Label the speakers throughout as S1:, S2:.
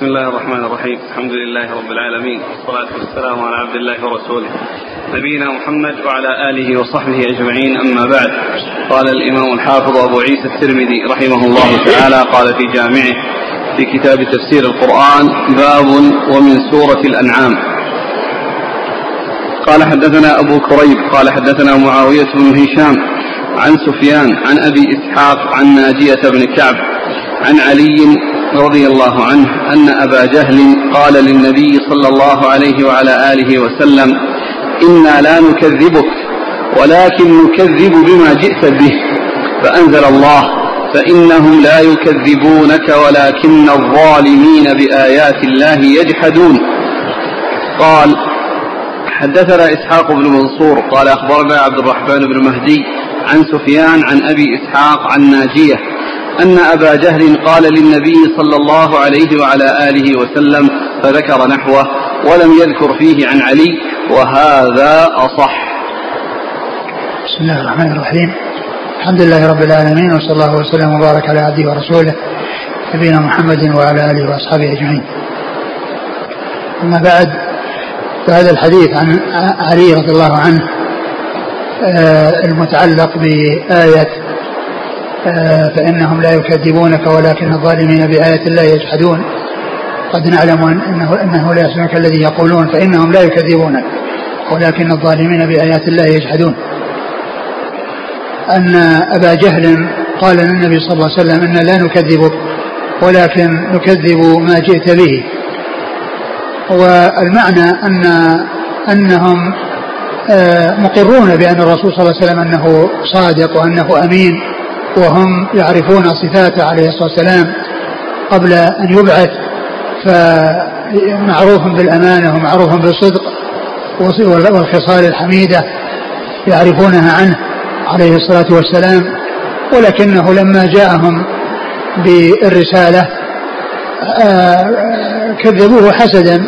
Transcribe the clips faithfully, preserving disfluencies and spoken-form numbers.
S1: بسم الله الرحمن الرحيم. الحمد لله رب العالمين، والصلاة والسلام على عبد الله ورسوله نبينا محمد وعلى آله وصحبه أجمعين. أما بعد، قال الإمام الحافظ أبو عيسى الترمذي رحمه الله تعالى قال في جامعه في كتاب تفسير القرآن: باب ومن سورة الأنعام. قال حدثنا أبو كريب قال حدثنا معاوية بن هشام عن سفيان عن أبي إسحاق عن ناجية بن كعب عن علي رضي الله عنه أن أبا جهل قال للنبي صلى الله عليه وعلى آله وسلم: إنا لا نكذبك ولكن نكذب بما جئت به. فأنزل الله: فإنهم لا يكذبونك ولكن الظالمين بآيات الله يجحدون. قال: حدثنا إسحاق بن منصور قال أخبرنا عبد الرحمن بن مهدي عن سفيان عن أبي إسحاق عن ناجية أن أبا جهل قال للنبي صلى الله عليه وعلى آله وسلم، فذكر نحوه ولم يذكر فيه عن علي، وهذا أصح.
S2: بسم الله الرحمن الرحيم. الحمد لله رب العالمين، وصلى الله وسلم وبارك على عبده ورسوله نبينا محمد وعلى آله وأصحابه أجمعين. أما بعد، فهذا الحديث عن علي رضي الله عنه المتعلق بآية فإنهم لا يكذبونك ولكن الظالمين بآيات الله يجحدون. قد نعلم أنه, إنه لا يحزنك الذي يقولون فإنهم لا يكذبونك ولكن الظالمين بآيات الله يجحدون. أن أبا جهل قال للنبي صلى الله عليه وسلم: إنا لا نكذبك ولكن نكذب ما جئت به. والمعنى أن أنهم مقرون بأن الرسول صلى الله عليه وسلم أنه صادق وأنه أمين، وهم يعرفون صفاته عليه الصلاة والسلام قبل أن يبعث، فمعروف بالأمانة ومعروف بالصدق والخصال الحميدة يعرفونها عنه عليه الصلاة والسلام. ولكنه لما جاءهم بالرسالة كذبوه حسدا،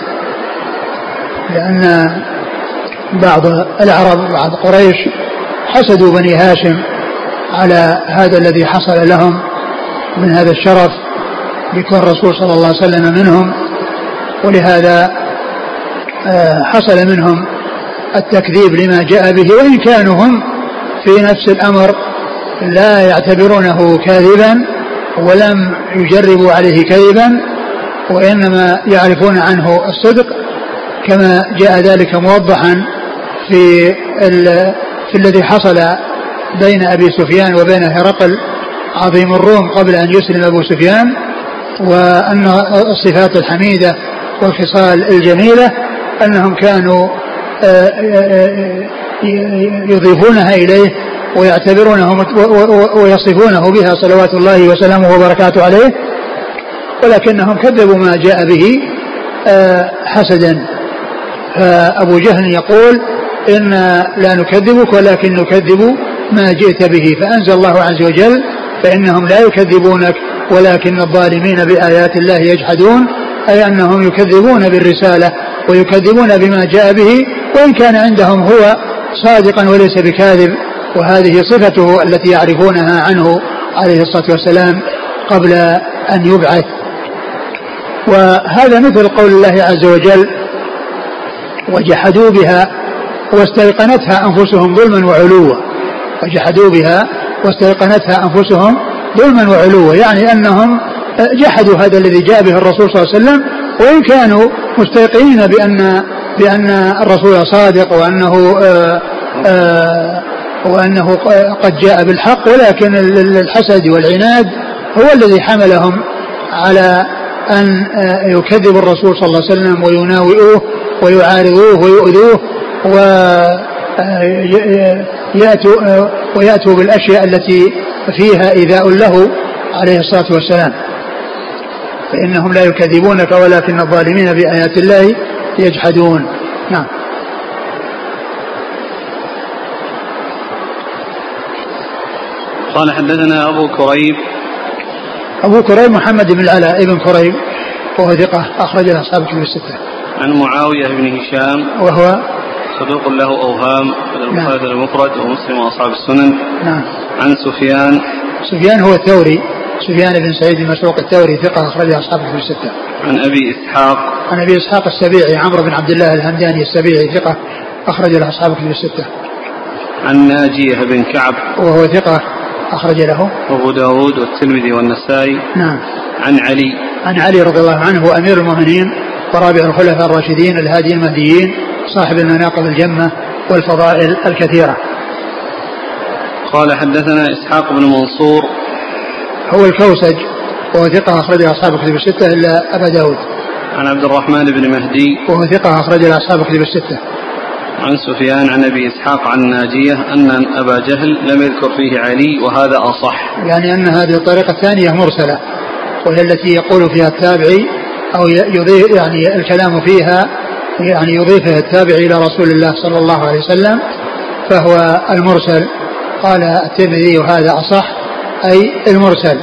S2: لأن بعض العرب بعض قريش حسدوا بني هاشم على هذا الذي حصل لهم من هذا الشرف بكون الرسول صلى الله عليه وسلم منهم، ولهذا حصل منهم التكذيب لما جاء به، وإن كانوا هم في نفس الأمر لا يعتبرونه كاذبا ولم يجربوا عليه كذبا، وإنما يعرفون عنه الصدق، كما جاء ذلك موضحا في, في الذي حصل بين أبي سفيان وبين هرقل عظيم الروم قبل أن يسلم أبو سفيان، وأن الصفات الحميدة والخصال الجميلة أنهم كانوا يضيفونها إليه ويعتبرونه ويصفونه بها صلوات الله وسلامه وبركاته عليه، ولكنهم كذبوا ما جاء به حسدا. فأبو جهل يقول: إنا لا نكذبك ولكن نكذب ما جئت به. فأنزل الله عز وجل: فإنهم لا يكذبونك ولكن الظالمين بآيات الله يجحدون، أي أنهم يكذبون بالرسالة ويكذبون بما جاء به، وإن كان عندهم هو صادقا وليس بكاذب، وهذه صفته التي يعرفونها عنه عليه الصلاة والسلام قبل أن يبعث. وهذا مثل قول الله عز وجل: وجحدوا بها واستيقنتها أنفسهم ظلما وعلوا. وجحدوا بها واستيقنتها أنفسهم ظلما وعلوا، يعني أنهم جحدوا هذا الذي جاء به الرسول صلى الله عليه وسلم، وإن كانوا مستيقنين بأن بأن الرسول صادق وأنه آآ آآ وأنه قد جاء بالحق، ولكن الحسد والعناد هو الذي حملهم على أن يكذب الرسول صلى الله عليه وسلم ويناوئوه ويعارضوه ويؤذوه ويأتوا, ويأتوا بالأشياء التي فيها إيذاء له عليه الصلاة والسلام. فإنهم لا يكذبونك ولكن الظالمين بآيات الله يجحدون. نعم.
S1: قال حدثنا أبو كريب
S2: أبو كريب محمد بن العلاء ابن كريب وهو ثقة أخرج له أصحاب الكتب الستة.
S1: عن معاوية بن هشام
S2: وهو
S1: صدوق له أوهام في البخاري المفرد ومسلم وأصحاب السنن.
S2: نعم.
S1: عن سفيان
S2: سفيان هو الثوري سفيان بن سعيد المسروق الثوري ثقة أخرجه أصحاب الكتب الستة.
S1: عن أبي إسحاق
S2: عن أبي إسحاق السبيعي عمرو بن عبد الله الهمداني السبيعي ثقة أخرج له أصحاب الكتب الستة.
S1: عن ناجية بن كعب
S2: وهو ثقة أخرج له
S1: أبو داود والترمذي والنسائي.
S2: نعم.
S1: عن علي
S2: عن علي رضي الله عنه هو أمير المؤمنين ورابع الخلفاء الراشدين الهادي المهديين صاحب المناقب الجمة والفضائل الكثيرة.
S1: قال حدثنا إسحاق بن منصور
S2: هو الكوسج وهو ثقة أخرج أصحاب الكتب الستة إلا أبا داود.
S1: عن عبد الرحمن بن مهدي
S2: وهو ثقة أخرج أصحاب الكتب الستة.
S1: عن سفيان عن أبي إسحاق عن ناجية أن أبا جهل لم يذكر فيه علي وهذا أصح.
S2: يعني أن هذه الطريقة الثانية مرسلة وهي التي يقول فيها التابعي أو يضيف يعني الكلام فيها يعني يضيفه التابع إلى رسول الله صلى الله عليه وسلم فهو المرسل. قال الترمذي وهذا أصح أي المرسل.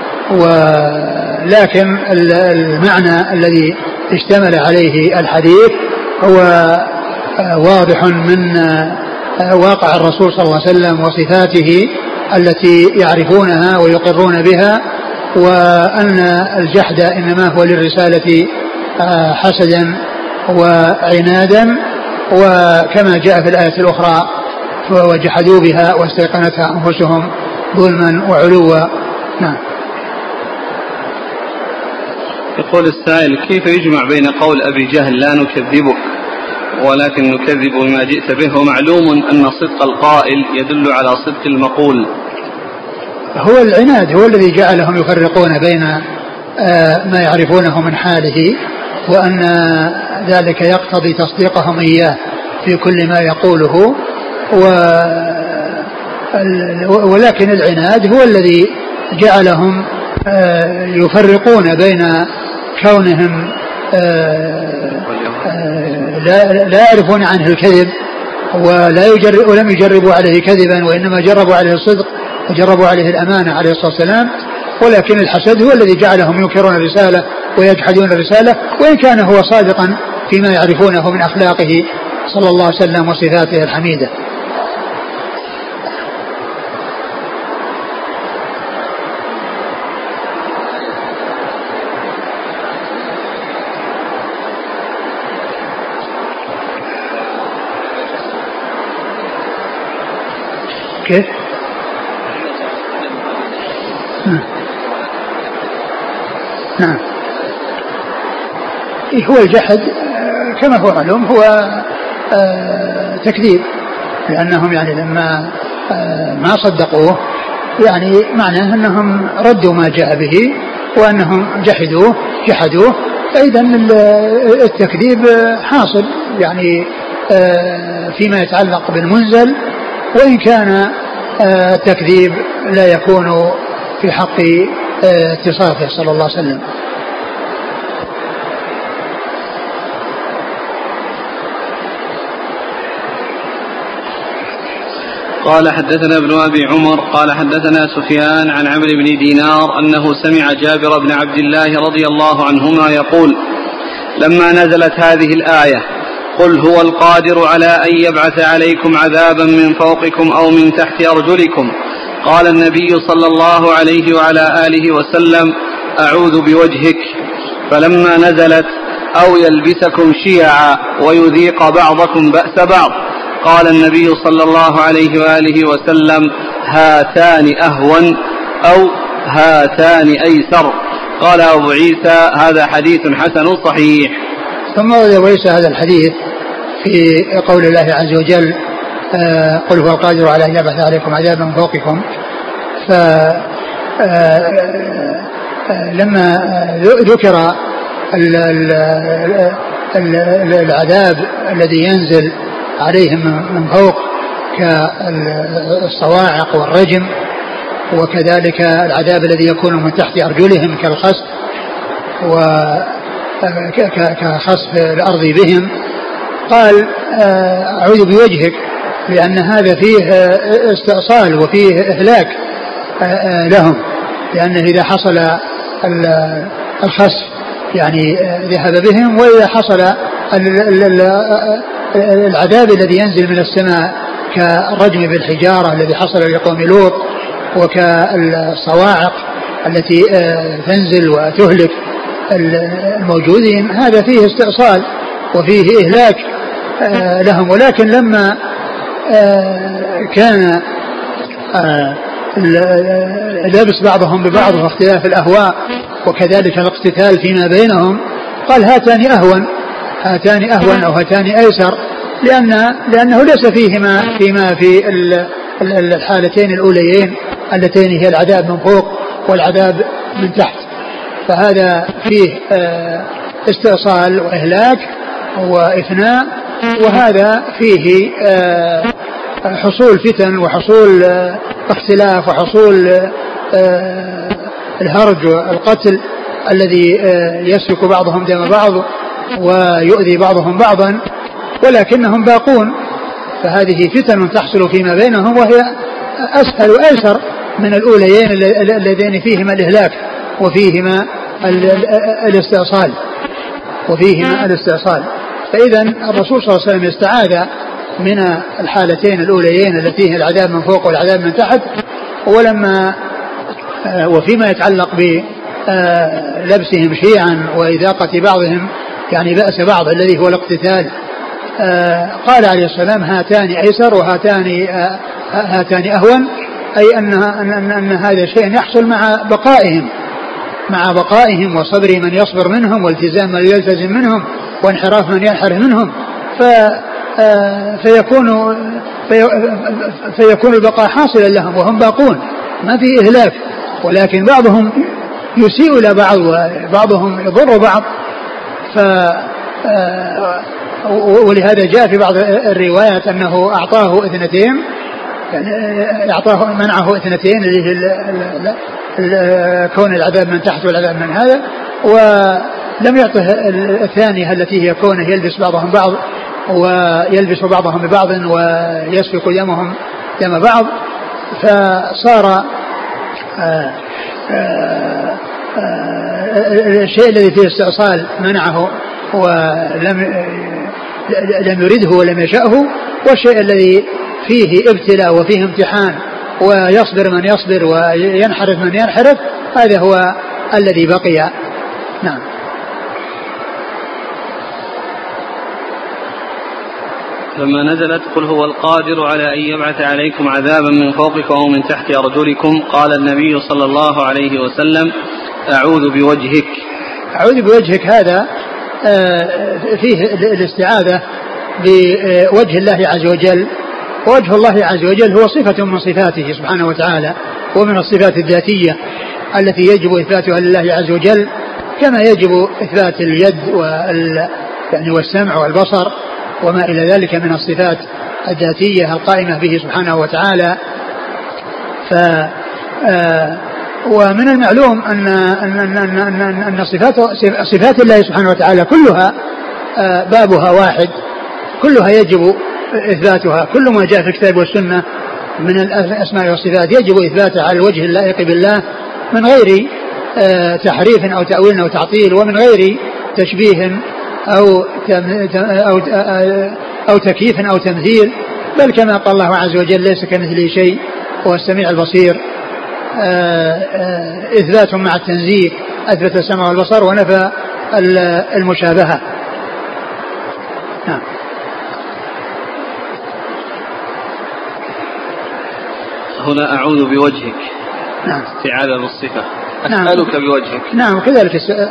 S2: ولكن المعنى الذي اشتمل عليه الحديث هو واضح من واقع الرسول صلى الله عليه وسلم وصفاته التي يعرفونها ويقرون بها وأن الجحد إنما هو للرسالة حسدا وعنادا وكما جاء في الآية الأخرى وجحدوا بها واستيقنتها أنفسهم ظلما وعلوا. نعم.
S1: يقول السائل كيف يجمع بين قول أبي جهل لا نكذبك ولكن نكذب بما جئت به ومعلوم أن صدق القائل يدل على صدق المقول.
S2: هو العناد هو الذي جعلهم يفرقون بين ما يعرفونه من حاله وأن ذلك يقتضي تصديقهم إياه في كل ما يقوله ولكن العناد هو الذي جعلهم يفرقون بين كونهم لا, لا يعرفون عنه الكذب ولا يجرب ولم يجربوا عليه كذبا وإنما جربوا عليه الصدق وجربوا عليه الأمانة عليه الصلاة والسلام. ولكن الحسد هو الذي جعلهم ينكرون الرسالة ويجحدون الرسالة وإن كان هو صادقا فيما يعرفونه من أخلاقه صلى الله عليه وسلم وصفاته الحميدة. كيف؟ نعم. نعم. هو الجحد كما هو معلوم هو تكذيب لأنهم يعني لما ما صدقوه يعني معناه أنهم ردوا ما جاء به وأنهم جحدوه جحدوه فإذا التكذيب حاصل يعني فيما يتعلق بالمنزل وإن كان التكذيب لا يكون في حق اتصافه صلى الله عليه وسلم.
S1: قال حدثنا ابن أبي عمر قال حدثنا سفيان عن عمرو بن دينار أنه سمع جابر بن عبد الله رضي الله عنهما يقول لما نزلت هذه الآية قل هو القادر على أن يبعث عليكم عذابا من فوقكم أو من تحت أرجلكم قال النبي صلى الله عليه وعلى آله وسلم أعوذ بوجهك فلما نزلت أو يلبسكم شيعا ويذيق بعضكم بأس بعض قال النبي صلى الله عليه وآله وسلم هاتان أهون أو هاتان أيسر. قال أبو عيسى هذا حديث حسن صحيح.
S2: ثم رويت هذا الحديث في قول الله عز وجل آه قل هو القادر على أن يبعث عليكم عذابا من فوقكم. فلما ذكر العذاب الذي ينزل عليهم من فوق كالصواعق والرجم وكذلك العذاب الذي يكون من تحت أرجلهم كالخسف وكخسف الأرض بهم قال أعوذ بوجهك لأن هذا فيه استئصال وفيه إهلاك لهم لأنه إذا حصل الخسف يعني ذهب بهم وإذا حصل العذاب الذي ينزل من السماء كالرجم بالحجارة الذي حصل لقوم لوط وكالصواعق التي تنزل وتهلك الموجودين، هذا فيه استئصال وفيه إهلاك لهم. ولكن لما كان لبس بعضهم ببعض واختلاف الأهواء وكذلك الاقتتال فيما بينهم، قال هاتان أهون هاتان أهون أو هاتان أيسر، لأن لأنه ليس فيهما فيما في الحالتين الأوليين اللتين هي العذاب من فوق والعذاب من تحت، فهذا فيه استئصال وإهلاك وإفناء، وهذا فيه حصول فتن وحصول اختلاف وحصول الهرج والقتل الذي يسفك بعضهم دم بعض ويؤذي بعضهم بعضا، ولكنهم باقون. فهذه فتن تحصل فيما بينهم وهي أسهل وأيسر من الأوليين اللذين فيهما الإهلاك وفيهما الاستئصال وفيهما الاستئصال. فإذا الرسول صلى الله عليه وسلم استعاذ من الحالتين الأوليين التي هي العذاب من فوق والعذاب من تحت. ولما وفيما يتعلق بلبسهم شيعا وإذاقة بعضهم يعني بأس بعض الذي هو الاقتتال، قال عليه السلام هاتان أيسر وهاتان هاتان أهون، أي أن, أن, أن هذا شيء يحصل مع بقائهم مع بقائهم وصبر من يصبر منهم والتزام من يلتزم منهم وانحراف من ينحرف منهم، ف فيكون في فيكون البقاء حاصلا لهم وهم باقون ما في إهلاك. ولكن بعضهم يسيء إلى بعض وبعضهم يضر بعض، ف ولهذا جاء في بعض الروايات أنه أعطاه اثنتين، يعني أعطاه منعه اثنتين اللي هي كون العذاب من تحت والعذاب من هذا، ولم يعطه الثانية التي هي كونه يلبس بعضهم بعض ويلبس بعضهم ببعض ويسفك دمهم دم بعض، فصار آآ آآ الشيء الذي فيه استئصال منعه ولم لم يرده ولم يشأه، والشيء الذي فيه ابتلاء وفيه امتحان ويصبر من يصبر وينحرف من ينحرف هذا هو الذي بقي. نعم.
S1: لما نزلت قل هو القادر على أن يبعث عليكم عذابا من فوقكم أو من تحت أرجلكم، قال النبي صلى الله عليه وسلم أعوذ بوجهك.
S2: أعوذ بوجهك هذا فيه الاستعاذة بوجه الله عز وجل، ووجه الله عز وجل هو صفة من صفاته سبحانه وتعالى ومن الصفات الذاتية التي يجب إثباتها لله عز وجل، كما يجب إثبات اليد وال يعني والسمع والبصر وما إلى ذلك من الصفات الذاتية القائمة به سبحانه وتعالى. ف ومن المعلوم أن أن أن أن, أن صفات صفات الله سبحانه وتعالى كلها بابها واحد، كلها يجب إثباتها، كل ما جاء في الكتاب والسنة من الأسماء والصفات يجب إثباتها على الوجه اللائق بالله من غير تحريف أو تأويل أو تعطيل، ومن غير تشبيه أو أو أو تكييف أو تمثيل، بل كما قال الله عز وجل ليس كمثله شيء وهو السميع البصير. إثبات مع التنزيه، أثبت السمع والبصر ونفى المشابهة. نعم.
S1: هنا أعوذ بوجهك.
S2: نعم.
S1: استعاذة بالصفة.
S2: نعم.
S1: أسألك بوجهك.
S2: نعم. كذلك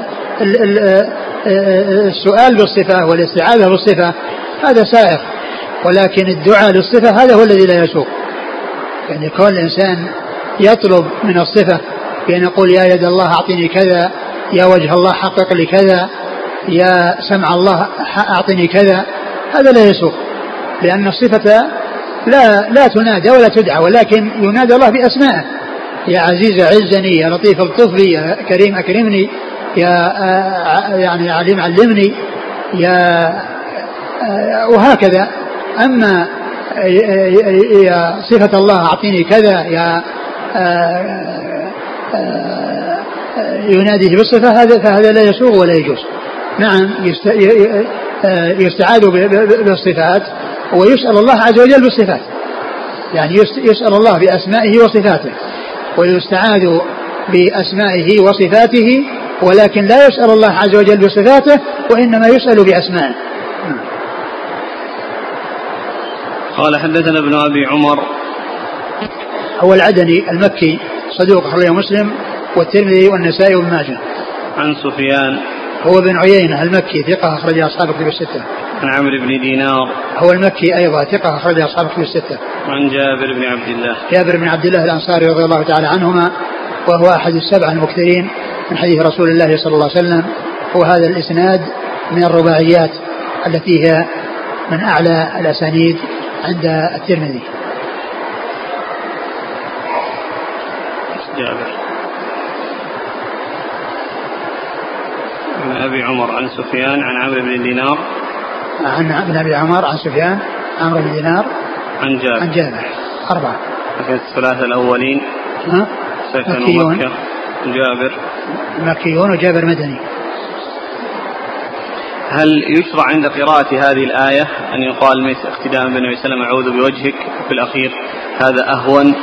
S2: السؤال بالصفة والاستعاذة بالصفة هذا سائر، ولكن الدعاء للصفة هذا هو الذي لا يسوق. يعني كل الإنسان يطلب من الصفة بأن يقول يا يد الله أعطني كذا، يا وجه الله حقق لي كذا، يا سمع الله أعطني كذا، هذا لا يسوق، لأن الصفة لا لا تنادى ولا تدعى، ولكن ينادى الله بأسمائه، يا عزيز عزني، يا لطيف الطف لي، يا كريم أكرمني، يا يعني عليم علمني، يا وهكذا. أما يا صفة الله أعطيني كذا، يا يناديه بالصفة، هذا فهذا لا يسوغ ولا يجوز. نعم يستعاذ بالصفات ويسأل الله عز وجل بالصفات، يعني يسأل الله بأسمائه وصفاته، ويستعاذ بأسمائه وصفاته، ولكن لا يسأل الله عز وجل بصفاته، وإنما يسأل بأسمائه.
S1: قال حدثنا ابن أبي عمر
S2: هو العدني المكي صدوق أخرجه مسلم والترمذي والنسائي وابن ماجه.
S1: عن سفيان
S2: هو بن عيينة المكي ثقة أخرج أصحاب الكتب الستة.
S1: عن عمرو بن دينار
S2: هو المكي أيضا ثقة أخرج أصحاب الكتب الستة.
S1: عن جابر بن عبد الله
S2: جابر بن عبد الله الأنصاري رضي الله تعالى عنهما، وهو أحد السبع المكثرين من حديث رسول الله صلى الله عليه وسلم. وهذا الإسناد من الرباعيات التي هي من أعلى الأسانيد عند الترمذي.
S1: جابر عن أبي عمر عن سفيان عن عمرو بن دينار
S2: عن ابن أبي عمر عن سفيان عمرو بن دينار
S1: عن جابر
S2: عن جابر أربعة.
S1: لكن الثلاثة الأولين
S2: مكيون
S1: مكة جابر
S2: مكيون وجابر مدني.
S1: هل يشرع عند قراءة هذه الآية أن يقال مثل اقتداء بالنبي صلى الله عليه وسلم أعوذ بوجهك في الأخير هذا أهون؟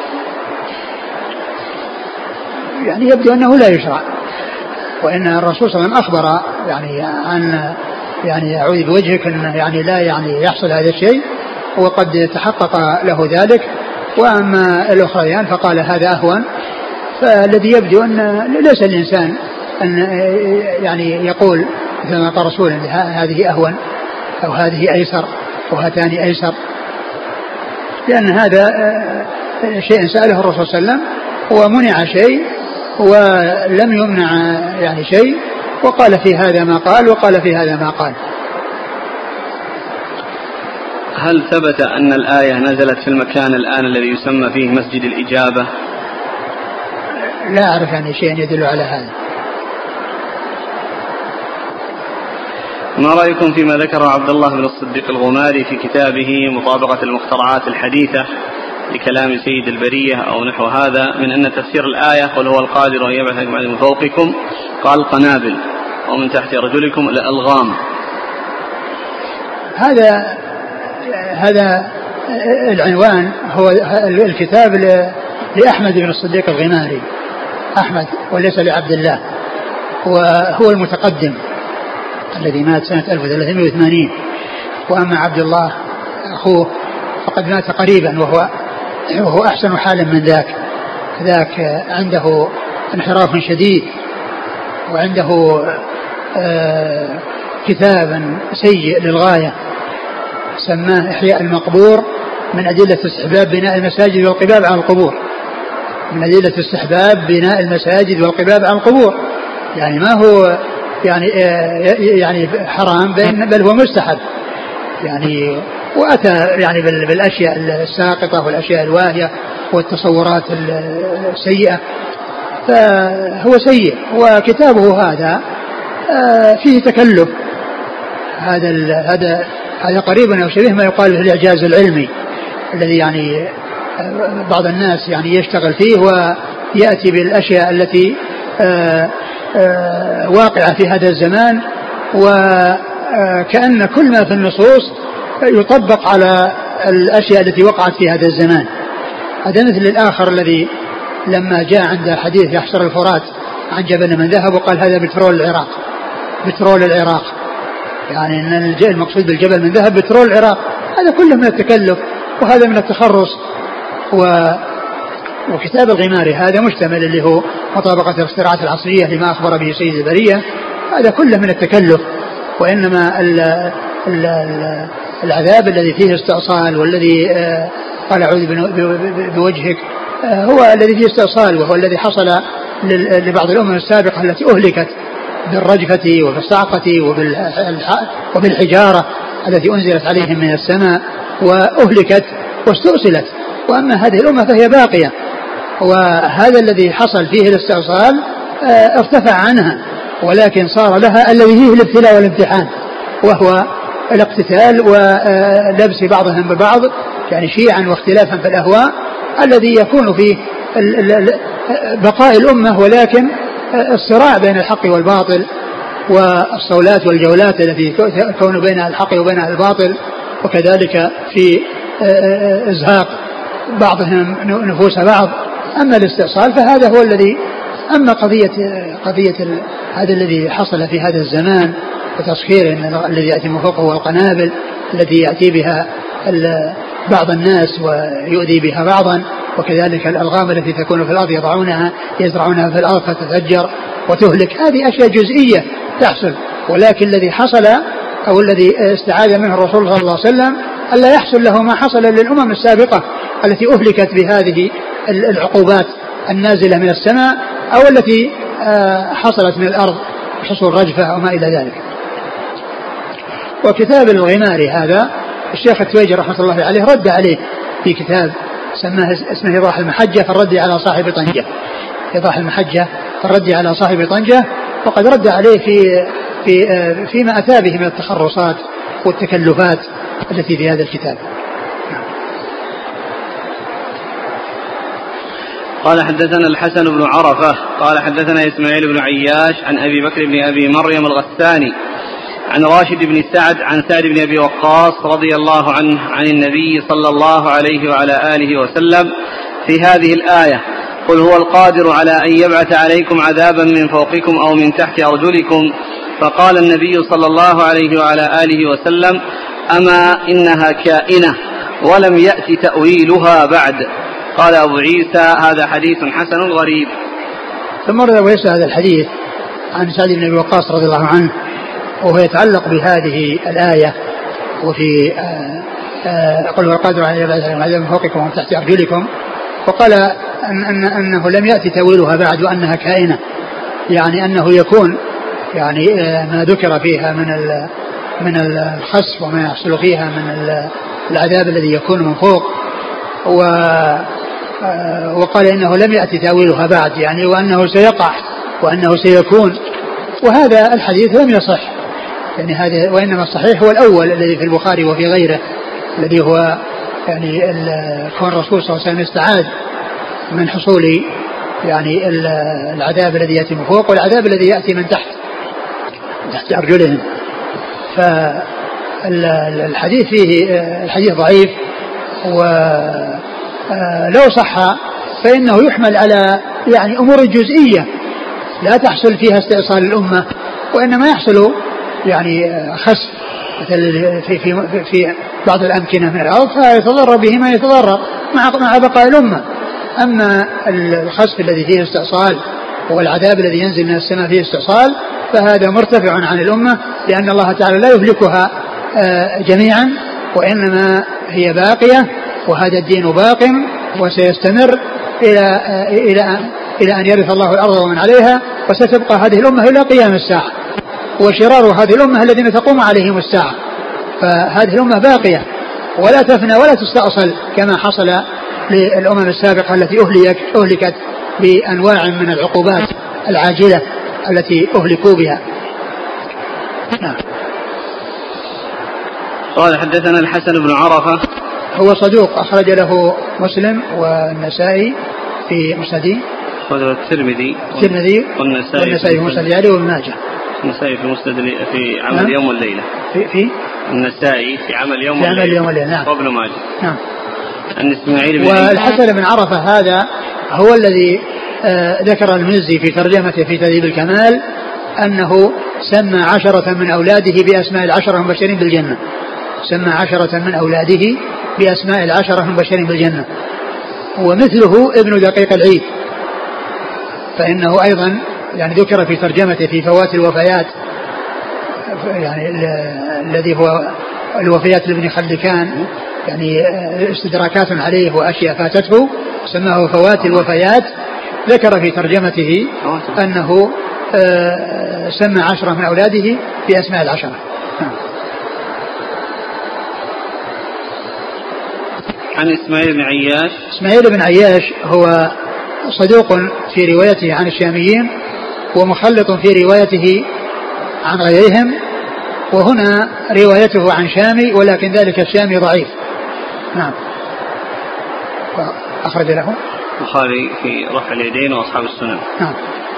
S2: يعني يبدو أنه لا يشرع، وإن الرسول صلى الله عليه وسلم أخبر يعني عن يعني أعوذ بوجهك أن يعني لا يعني يحصل هذا الشيء، وقد تحقق له ذلك. وأما الأخريان فقال هذا أهون. فالذي يبدو أن ليس الإنسان أن يعني يقول مثل ما قال رسول هذه أهون أو هذه أيسر أو هاتان أيسر، لأن هذا شيء سأله الرسول صلى الله عليه وسلم ومنع شيء ولم يمنع يعني شيء، وقال في هذا ما قال وقال في هذا ما قال.
S1: هل ثبت أن الآية نزلت في المكان الآن الذي يسمى فيه مسجد الإجابة؟
S2: لا أعرف يعني شيء يدل على هذا.
S1: ما رأيكم فيما ذكره عبد الله بن الصديق الغماري في كتابه مطابقة المخترعات الحديثة لكلام سيد البرية أو نحو هذا، من أن تفسير الآية قل هو القادر أن يبعث من فوقكم قال قنابل ومن تحت رجلكم الألغام؟
S2: هذا هذا العنوان هو الكتاب لأحمد بن الصديق الغماري، أحمد وليس لعبد الله، وهو المتقدم الذي مات سنة ألف وثلاثمائة وثمانين. وأما عبد الله أخوه فقد مات قريبا وهو وهو أحسن حالا من ذاك. ذاك عنده انحراف شديد وعنده آه كتابا سيء للغاية سماه إحياء المقبور من أدلة استحباب بناء المساجد والقباب على القبور. من أدلة استحباب بناء المساجد والقباب على القبور، يعني ما هو يعني آه يعني حرام بل هو مستحب يعني. وأتى يعني بالأشياء الساقطة والأشياء الواهية والتصورات السيئة، فهو سيء. وكتابه هذا فيه تكلف. هذا هذا هذا قريبا أو شبيه ما يقال في الإعجاز العلمي الذي يعني بعض الناس يعني يشتغل فيه ويأتي بالأشياء التي واقعة في هذا الزمان، وكأن كل ما في النصوص يطبق على الأشياء التي وقعت في هذا الزمان. هذا مثل الآخر الذي لما جاء عند حديث يحشر الفرات عن جبل من ذهب وقال هذا بترول العراق. بترول العراق يعني أن المقصود بالجبل من ذهب بترول العراق. هذا كله من التكلف وهذا من التخرص. و وكتاب الغماري هذا مشتمل اللي هو مطابقة الاختراعات العصرية لما أخبر به سيد البرية. هذا كله من التكلف، وإنما ال ال ال العذاب الذي فيه استئصال والذي قال أعوذ بوجهك هو الذي فيه استئصال، وهو الذي حصل لبعض الأمم السابقة التي أهلكت بالرجفة وبالصعقة وبالحجارة التي أنزلت عليهم من السماء وأهلكت واستؤصلت. وأما هذه الأمة فهي باقية، وهذا الذي حصل فيه الاستئصال ارتفع عنها، ولكن صار لها الذي فيه الابتلاء والامتحان، وهو الاقتتال ولبس بعضهم ببعض يعني شيعا واختلافا في الأهواء الذي يكون فيه بقاء الأمة، ولكن الصراع بين الحق والباطل والصولات والجولات التي تكون بين الحق وبين الباطل، وكذلك في إزهاق بعضهم نفوس بعض. أما الاستئصال فهذا هو الذي أما قضية قضية هذا الذي حصل في هذا الزمان وتسخير الذي يأتي من فوقه والقنابل التي يأتي بها بعض الناس ويؤذي بها بعضا، وكذلك الألغام التي تكون في الأرض يضعونها يزرعونها في الأرض فتتفجر وتهلك، هذه أشياء جزئية تحصل. ولكن الذي حصل أو الذي استعاذ منه الرسول صلى الله عليه وسلم ألا يحصل له ما حصل للأمم السابقة التي أهلكت بهذه العقوبات النازلة من السماء أو التي حصلت من الأرض حصول رجفة أو ما إلى ذلك. وكتاب الغماري هذا الشيخ التويجي رحمة الله عليه رد عليه في كتاب سماه اسمه إيضاح المحجة في الرد على صاحب طنجة، إيضاح المحجة في الرد على صاحب طنجة، وقد رد عليه في في فيما أتى به من التخرصات والتكلفات التي في هذا الكتاب.
S1: قال حدثنا الحسن بن عرفة قال حدثنا إسماعيل بن عياش عن أبي بكر بن أبي مريم الغساني عن راشد بن سعد عن سعد بن أبي وقاص رضي الله عنه عن النبي صلى الله عليه وعلى آله وسلم في هذه الآية: قل هو القادر على أن يبعث عليكم عذابا من فوقكم أو من تحت أرجلكم. فقال النبي صلى الله عليه وعلى آله وسلم: أما إنها كائنة ولم يأت تأويلها بعد. قال أبو عيسى: هذا حديث حسن غريب.
S2: ثم رد أبو عيسى هذا الحديث عن سعد بن أبي وقاص رضي الله عنه وهو يتعلق بهذه الآية وفي قل هو القادر على أن يبعث عليكم عذابا من فوقكم ومن تحت أرجلكم، وقال أن أن أنه لم يأتي تأويلها بعد وأنها كائنة، يعني أنه يكون يعني ما ذكر فيها من من الخسف وما يحصل فيها من العذاب الذي يكون من فوق، وقال إنه لم يأتي تأويلها بعد، يعني وأنه سيقع وأنه سيكون. وهذا الحديث لم يصح، يعني هذا وإنما الصحيح هو الأول الذي في البخاري وفي غيره الذي هو يعني كون الرسول صلى الله عليه وسلم استعاذ من حصول يعني العذاب الذي يأتي من فوق والعذاب الذي يأتي من تحت تحت أرجلهم. فالحديث فيه الحديث ضعيف، ولو صح فإنه يحمل على يعني أمور جزئية لا تحصل فيها استئصال الأمة، وإنما يحصل يعني خسف مثل في في في بعض الأمكنة من الأرض فيتضرر به ما يتضرر مع مع بقاء الأمة. أما الخسف الذي فيه استئصال والعذاب الذي ينزل من السماء فيه استئصال فهذا مرتفع عن الأمة، لأن الله تعالى لا يهلكها جميعا وإنما هي باقية، وهذا الدين باق وسيستمر إلى إلى إلى أن يرث الله الأرض ومن عليها، وستبقى هذه الأمة إلى قيام الساعة، وشرار هذه الأمة الذين تقوم عليهم الساعة. فهذه الأمة باقية ولا تفنى ولا تستأصل كما حصل للأمم السابقة التي أهلكت بأنواع من العقوبات العاجلة التي أهلكوا بها. نعم.
S1: قال حدثنا الحسن بن عرفة
S2: هو صدوق أخرج له مسلم والنسائي في مسنده،
S1: والترمذي
S2: الترمذي
S1: والنسائي,
S2: والنسائي في مسند علي وابن ماجه.
S1: النسائي في مسند في عمل نعم. يوم والليلة
S2: في في
S1: النسائي في عمل يوم
S2: في والليلة, عمل يوم والليلة. نعم.
S1: وابن ماجه.
S2: نعم.
S1: عن إسماعيل بن
S2: والحسن بن عرفة هذا هو الذي آه ذكر المزي في ترجمته في تهذيب الكمال أنه سمى عشرة من أولاده بأسماء العشرة المبشرين بالجنة، سمى عشرة من أولاده بأسماء العشرة المبشرين بالجنة. ومثله ابن دقيق العيد فإنه أيضا يعني ذكر في ترجمته في فوات الوفيات، يعني الذي هو الوفيات لابن خلكان، يعني استدراكات عليه وأشياء فاتته سماه فوات الوفيات. ذكر في ترجمته أنه سمى عشرة من أولاده بأسماء العشرة.
S1: عن إسماعيل بن عياش.
S2: إسماعيل بن عياش هو صدوق في روايته عن الشاميين ومخلط في روايته عن غيرهم، وهنا روايته عن شامي ولكن ذلك الشامي ضعيف. نعم. أخرج له
S1: البخاري في رفع اليدين وأصحاب السنن.
S2: نعم.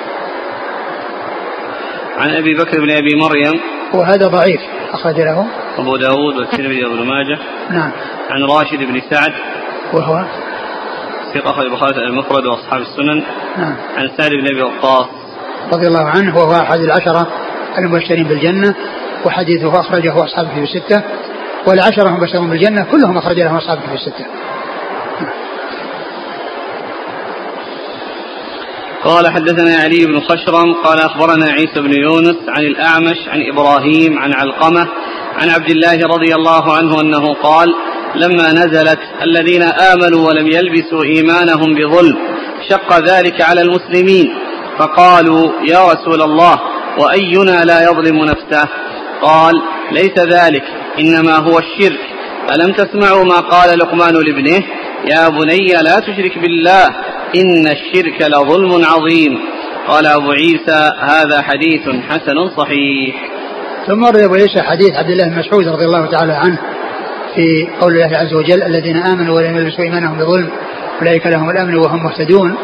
S1: عن أبي بكر بن أبي مريم
S2: وهذا ضعيف أخرج له
S1: أبو داود والترمذي وابن ماجه.
S2: نعم.
S1: عن راشد بن سعد
S2: وهو
S1: ثقة أخرج البخاري المفرد وأصحاب السنن.
S2: نعم.
S1: عن سعد بن أبي وقاص
S2: رضي الله عنه وهو أحد العشرة المبشرين بالجنة وحديثه أخرجه أصحابه في الستة والعشرة المبشرون بالجنة كلهم أخرج لهم أصحابه في الستة.
S1: قال حدثنا علي بن خشرم قال أخبرنا عيسى بن يونس عن الأعمش عن إبراهيم عن علقمة عن عبد الله رضي الله عنه أنه قال لما نزلت الذين آمنوا ولم يلبسوا إيمانهم بظلم شق ذلك على المسلمين فقالوا يا رسول الله وأينا لا يظلم نفسه؟ قال ليس ذلك إنما هو الشرك. ألم تسمعوا ما قال لقمان لابنه يا بني لا تشرك بالله إن الشرك لظلم عظيم. قال أبو عيسى هذا حديث حسن صحيح.
S2: ثم روى أبو عيسى حديث عبد الله بن مسعود رضي الله تعالى عنه في قول الله عز وجل الذين آمنوا ولم يلبسوا إيمانهم بظلم أولئك لهم الأمن وهم مهتدون،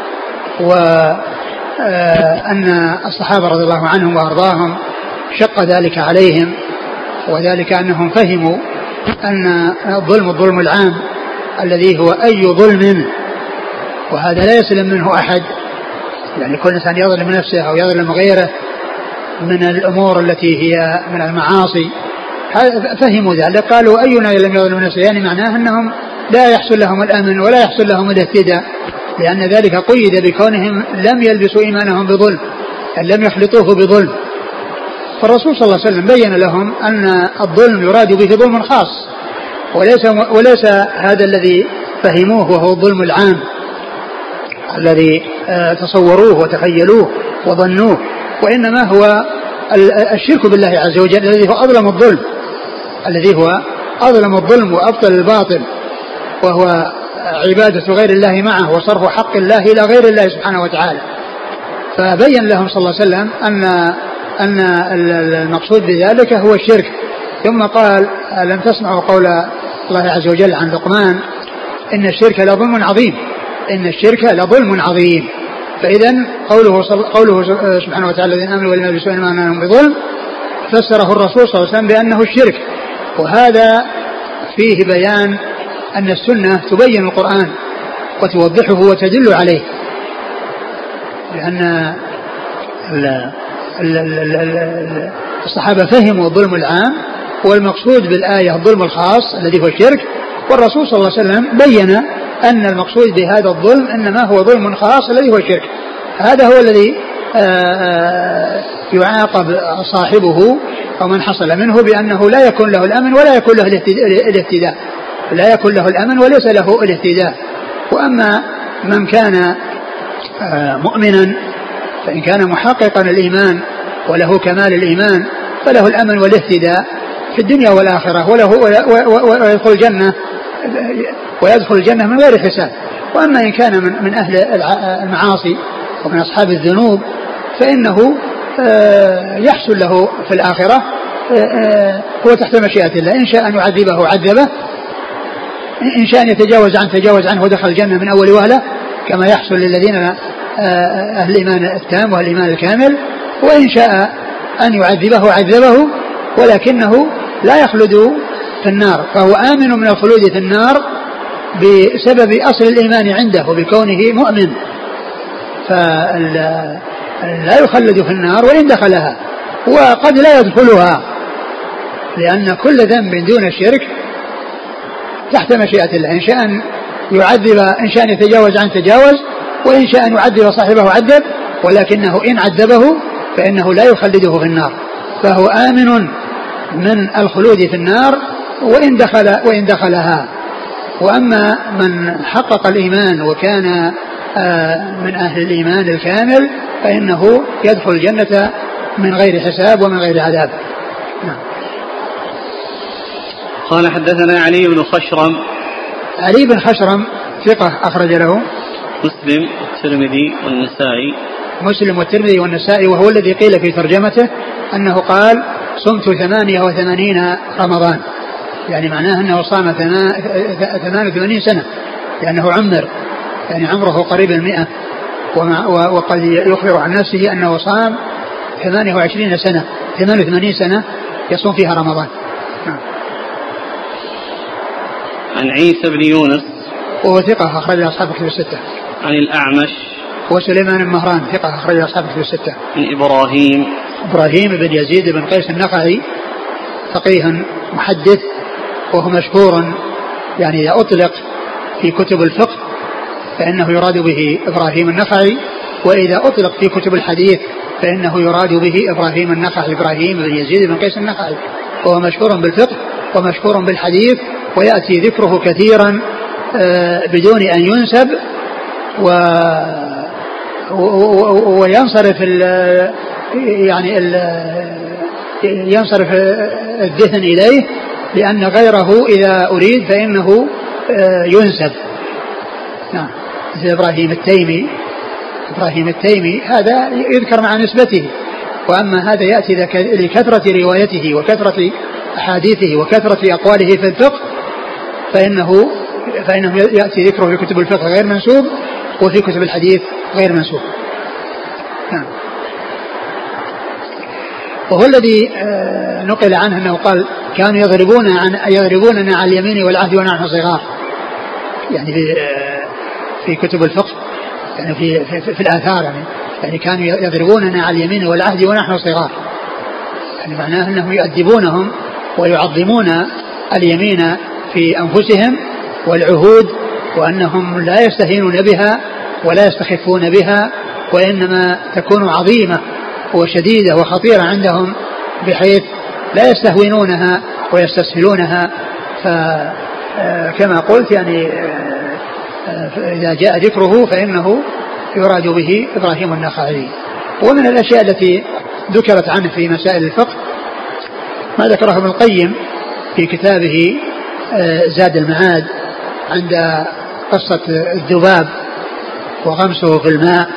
S2: وأن الصحابة رضي الله عنهم وأرضاهم شق ذلك عليهم، وذلك أنهم فهموا أن الظلم الظلم العام الذي هو أي ظلم، وهذا لا يسلم منه أحد، يعني كل إنسان يظلم نفسه أو يظلم غيره من الأمور التي هي من المعاصي. فهموا ذلك قالوا أينا لم يظلم نفسه، يعني معناه أنهم لا يحصل لهم الأمن ولا يحصل لهم الاهتداء، لأن ذلك قيد بكونهم لم يلبسوا إيمانهم بظلم، أن لم يخلطوه بظلم. فالرسول صلى الله عليه وسلم بين لهم أن الظلم يراد به ظلم خاص، وليس, وليس هذا الذي فهموه وهو الظلم العام الذي تصوروه وتخيلوه وظنوه، وإنما هو الشرك بالله عز وجل الذي هو أظلم الظلم، الذي هو أظلم الظلم وأبطل الباطل، وهو عبادة غير الله معه وصرف حق الله إلى غير الله سبحانه وتعالى. فبين لهم صلى الله عليه وسلم أن أن المقصود بذلك هو الشرك. ثم قال لم تسمعوا قول الله عز وجل عن لقمان إن الشرك لظلم عظيم، إن الشرك لظلم عظيم. فإذا قوله, قوله سبحانه وتعالى الذين آمنوا ولم يلبسوا إيمانهم بظلم فسره الرسول صلى الله عليه وسلم بأنه الشرك، وهذا فيه بيان أن السنة تبين القرآن وتوضحه وتدل عليه، لأن الصحابة فهموا الظلم العام والمقصود بالآية الظلم الخاص الذي هو الشرك، والرسول صلى الله عليه وسلم بين أن المقصود بهذا الظلم إنما هو ظلم خاص الذي هو الشرك. هذا هو الذي يعاقب صاحبه أو من حصل منه بأنه لا يكون له الأمن ولا يكون له الاهتداء، لا يكون له الأمن وليس له الاهتداء. وأما من كان مؤمنا فإن كان محققا الإيمان وله كمال الإيمان فله الأمن والاهتداء في الدنيا والآخرة، وله ويدخل الجنة ويدخل الجنة من غير حساب. وأما إن كان من, من أهل المعاصي ومن أصحاب الذنوب فإنه يحصل له في الآخرة هو تحت مشيئة الله، إن شاء أن يعذبه عذبه، إن شاء أن يتجاوز عنه تجاوز عنه ودخل الجنة من أول وهلة كما يحصل للذين أهل الإيمان التام وأهل الإيمان الكامل، وإن شاء أن يعذبه عذبه ولكنه لا يخلد في النار، فهو آمن من الخلود في النار بسبب أصل الإيمان عنده وبكونه مؤمن، فلا يخلد في النار وإن دخلها، وقد لا يدخلها، لأن كل ذنب دون الشرك تحت مشيئة الله، إن شاء أن يعذب إن شاء أن يتجاوز عنه تجاوز، وإن شاء أن يعذب صاحبه عذب، ولكنه إن عذبه فإنه لا يخلده في النار، فهو آمن من الخلود في النار وإن دخل وإن دخلها. وأما من حقق الإيمان وكان من أهل الإيمان الكامل فإنه يدخل الجنة من غير حساب ومن غير عذاب.
S1: قال حدثنا علي بن خشرم.
S2: علي بن خشرم ثقة أخرج له
S1: مسلم والترمذي والنسائي.
S2: مسلم والترمذي والنسائي، وهو الذي قيل في ترجمته أنه قال صمت ثمانية وثمانين رمضان، يعني معناه أنه صام ثمان وثمانين سنة، لأنه عمر، يعني عمره قريب المئة، وقد يخبر عن نفسه أنه صام ثمانية وعشرين سنة ثمان وثمانين سنة يصوم فيها رمضان.
S1: عن عيسى بن يونس.
S2: وهو ثقة أخرج أصحاب الكتب الستة.
S1: عن الأعمش
S2: وسليمان بن مهران ثقة أخرج أصحاب الكتب الستة.
S1: عن إبراهيم
S2: إبراهيم بن يزيد بن قيس النخعي فقيه محدث وهو مشهور يعني إذا أطلق في كتب الفقه فإنه يراد به إبراهيم النخعي، وإذا أطلق في كتب الحديث فإنه يراد به إبراهيم النخعي إبراهيم بن يزيد بن قيس النخعي، وهو مشهور بالفقه ومشهور بالحديث، ويأتي ذكره كثيرا بدون أن ينسب و وينصرف ال يعني ال ينصرف الذهن إليه، لأن غيره إذا أريد فإنه ينسب. نعم، مثل إبراهيم التيمي إبراهيم التيمي هذا يذكر مع نسبته، وأما هذا يأتي لكثرة روايته وكثرة أحاديثه وكثرة أقواله في الفقه فإنه فإنه يأتي ذكره في كتب الفقه غير منسوب، وفي كتب الحديث غير منسوب. نعم. وهو الذي نقل عنه أنه قال كانوا يضربون عن يضربوننا على اليمين والعهد ونحن صغار، يعني في في كتب الفقه، يعني في في, في الآثار، يعني يعني كانوا يضربوننا على اليمين والعهد ونحن صغار، يعني معناه أنهم يؤدبونهم ويعظمون اليمين في أنفسهم والعهود، وأنهم لا يستهينون بها ولا يستخفون بها، وإنما تكون عظيمة وشديدة وخطيرة عندهم بحيث لا يستهونونها ويستسهلونها. فكما قلت يعني إذا جاء ذكره فإنه يراد به إبراهيم النخعي. ومن الأشياء التي ذكرت عنه في مسائل الفقه ما ذكره ابن القيم في كتابه زاد المعاد عند قصة الذباب وغمسه في الماء،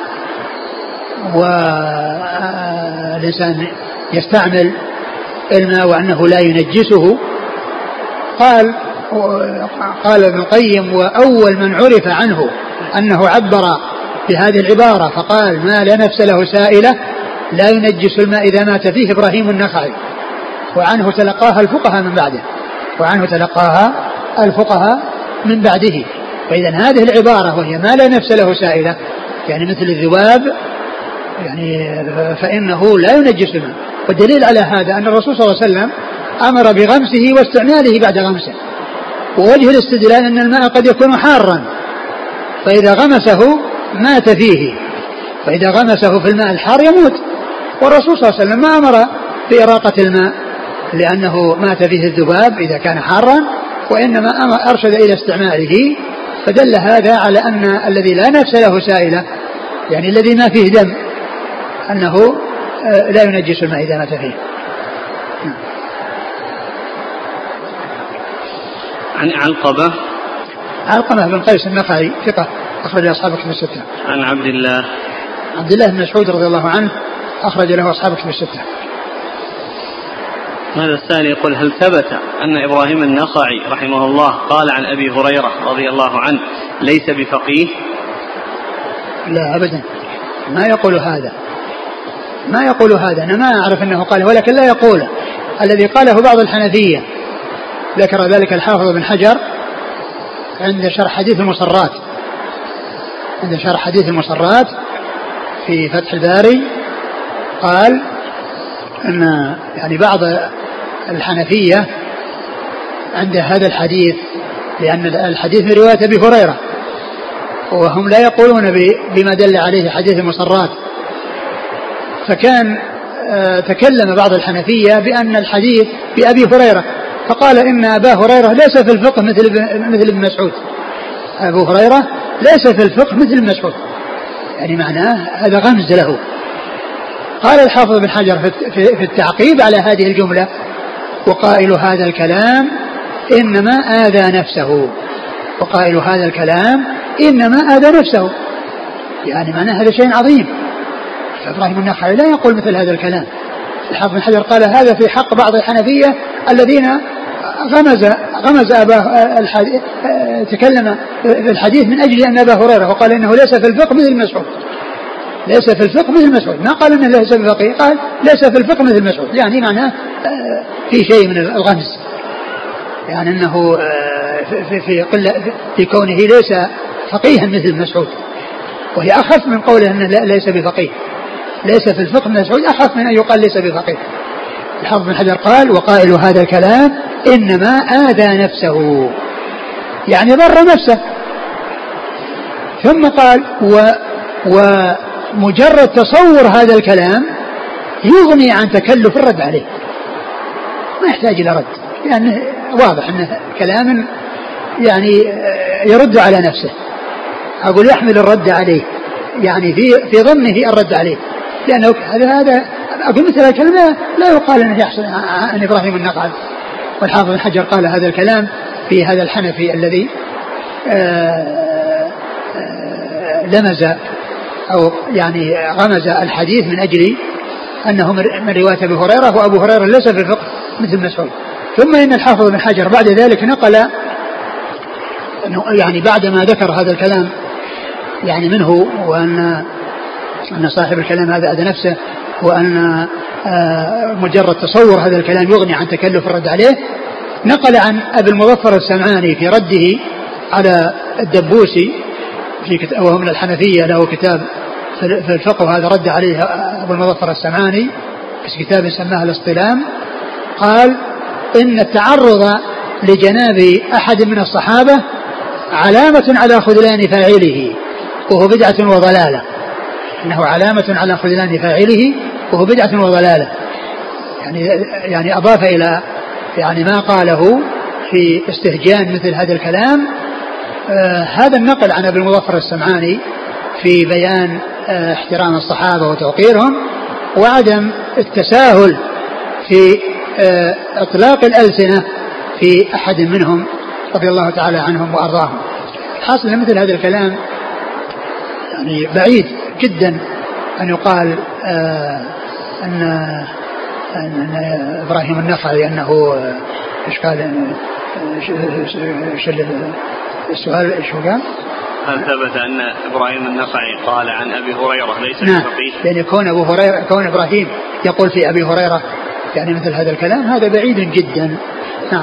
S2: والإنسان يستعمل الماء وأنه لا ينجسه. قال قال ابن القيم وأول من عرف عنه أنه عبر بهذه العبارة فقال ما لا نفس له سائلة لا ينجس الماء إذا مات فيه إبراهيم النخعي، وعنه تلقاها الفقهاء من بعده وعنه تلقاها الفقهاء من بعده. فإذا هذه العبارة وهي ما لا نفس له سائلة يعني مثل الذباب يعني فإنه لا ينجس الماء. والدليل على هذا أن الرسول صلى الله عليه وسلم أمر بغمسه واستعماله بعد غمسه، ووجه الاستدلال أن الماء قد يكون حارا فإذا غمسه مات فيه، فإذا غمسه في الماء الحار يموت. والرسول صلى الله عليه وسلم ما أمر بإراقة الماء لأنه مات فيه الذباب إذا كان حارا، وإنما أرشد إلى استعماله. فدل هذا على أن الذي لا نفس له سائلة يعني الذي ما فيه دم أنه لا ينجس الماء إذا مات فيه.
S1: عن علقمة
S2: علقمة بن قيس النخعي ثقة أخرج أصحاب الكتب الستة.
S1: عن عبد الله
S2: عبد الله بن مسعود رضي الله عنه أخرج له أصحاب الكتب الستة.
S1: هذا الثاني يقول هل ثبت أن إبراهيم النخعي رحمه الله قال عن أبي هريرة رضي الله عنه ليس بفقيه؟
S2: لا أبدا، ما يقول هذا ما يقول هذا أنا ما أعرف أنه قال، ولكن لا يقول الذي قاله بعض الحنفية. ذكر ذلك الحافظ بن حجر عند شرح حديث المصرات عند شرح حديث المصرات في فتح الباري، قال أن يعني بعض الحنفية عند هذا الحديث لأن الحديث من رواية أبي هريرة وهم لا يقولون بما دل عليه حديث المصرات، فكان تكلم بعض الحنفية بأن الحديث بأبي هريرة فقال إن أبا هريرة ليس في الفقه مثل مثل ابن مسعود، أبو هريرة ليس في الفقه مثل ابن مسعود، يعني معناه هذا غمز له. قال الحافظ بن حجر في التعقيب على هذه الجملة وقائل هذا الكلام إنما آذى نفسه وقائل هذا الكلام إنما آذى نفسه، يعني معناه هذا شيء عظيم. فإبراهيم النخعي لا يقول مثل هذا الكلام. الحافظ بن حجر قال هذا في حق بعض الحنفية الذين غمز غمز أبا الحديث تكلم في الحديث من أجل أن أبا هريرة وقال إنه ليس في الفقه مثل مسعود، ليس في الفقه مثل مسعود، ما قال إنه ليس في الفقه، قال ليس في الفقه مثل مسعود، يعني معناه في شيء من الغمز، يعني أنه في, في, قلة في كونه ليس فقيها مثل مسعود، وهي أخف من قوله أنه ليس بفقيه، ليس في الفقه من مسعود أخف من أن يقال ليس بفقيه. الحافظ بن حجر قال وقائل هذا الكلام إنما آذى نفسه، يعني ضر نفسه. ثم قال و ومجرد تصور هذا الكلام يغني عن تكلف الرد عليه، ما يحتاج إلى رد، لأنه يعني واضح أنه كلام يعني يرد على نفسه، أقول يحمل الرد عليه، يعني في في ظنه الرد عليه، لأنه هذا هذا أقول مثل الكلمة لا يقال أنه يحصل عن إبراهيم النخعي. والحافظ بن حجر قال هذا الكلام في هذا الحنفي الذي لمز أو يعني غمز الحديث من أجل أنه من رواية أبي هريرة، وأبو هريرة ليس في الفقه مثل مسعود. ثم إن الحافظ بن حجر بعد ذلك نقل يعني بعدما ذكر هذا الكلام يعني منه، وأن أن صاحب الكلام هذا أذى نفسه، وأن مجرد تصور هذا الكلام يغني عن تكلف الرد عليه، نقل عن أبي المظفر السمعاني في رده على الدبوسي في كتاب، وهو من الحنفية، له كتاب في الفقه هذا رد عليه أبو المظفر السمعاني في كتاب سماه الاصطلام، قال إن التعرض لجناب أحد من الصحابة علامة على خذلان فاعله وهو بدعة وضلالة، إنه علامة على خذلان فاعله وهو بدعة وضلالة. يعني يعني أضاف إلى يعني ما قاله في استهجان مثل هذا الكلام آه هذا النقل عن أبي المظفر السمعاني في بيان آه احترام الصحابة وتوقيرهم، وعدم التساهل في آه إطلاق الألسنة في أحد منهم رضي الله تعالى عنهم وأرضاهم. حاصل مثل هذا الكلام يعني بعيد جدا أن يقال آه أن, أن إبراهيم النخعي أنه إيش قال السؤال إيش هو قال؟
S1: هل ثبت أن إبراهيم النخعي قال عن أبي هريرة ليس بفقيه؟
S2: نعم، يعني كون أبو هريرة كون إبراهيم يقول في أبي هريرة يعني مثل هذا الكلام هذا بعيد جدا. نعم.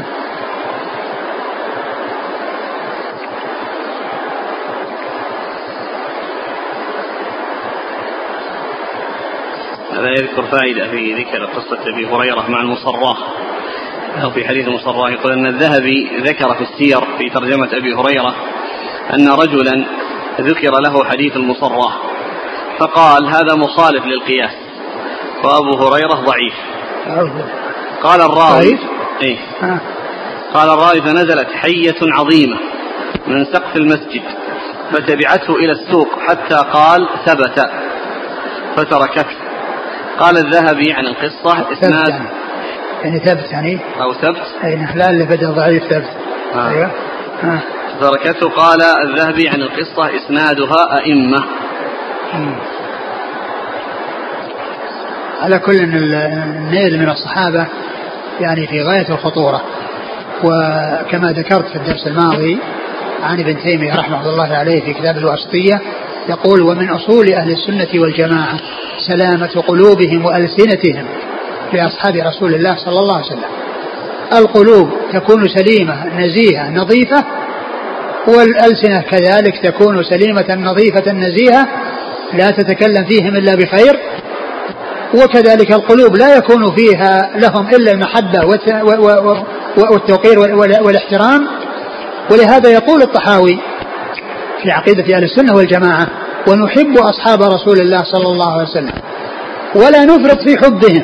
S1: هذا يذكر فائدة في ذكر قصة أبي هريرة مع المصراه، أو في حديث المصراه يقول أن الذهبي ذكر في السير في ترجمة أبي هريرة أن رجلا ذكر له حديث المصراه فقال هذا مخالف للقياس وأبو هريرة ضعيف. قال الراوي إيه؟ قال الراوي فنزلت حية عظيمة من سقف المسجد فتبعته إلى السوق حتى قال ثبت فتركته. قال الذهبي عن القصة إسناد
S2: يعني ثبت يعني
S1: أو ثبت
S2: أي لا اللي بدأ ضعيف ثبت.
S1: آه.
S2: أيوة. آه.
S1: تركته. قال الذهبي عن القصة إسنادها أئمة.
S2: م. على كل النيل من الصحابة يعني في غاية الخطورة، وكما ذكرت في الدرس الماضي عن ابن تيمية رحمه الله عليه في كتاب الواسطية يقول ومن أصول أهل السنة والجماعة سلامة قلوبهم وألسنتهم لأصحاب رسول الله صلى الله عليه وسلم. القلوب تكون سليمة نزيهة نظيفة، والألسنة كذلك تكون سليمة نظيفة نزيهة لا تتكلم فيهم إلا بخير، وكذلك القلوب لا يكون فيها لهم إلا المحبة والتوقير والاحترام. ولهذا يقول الطحاوي في عقيدة أهل السنة والجماعة ونحب أصحاب رسول الله صلى الله عليه وسلم ولا نفرط في حبهم.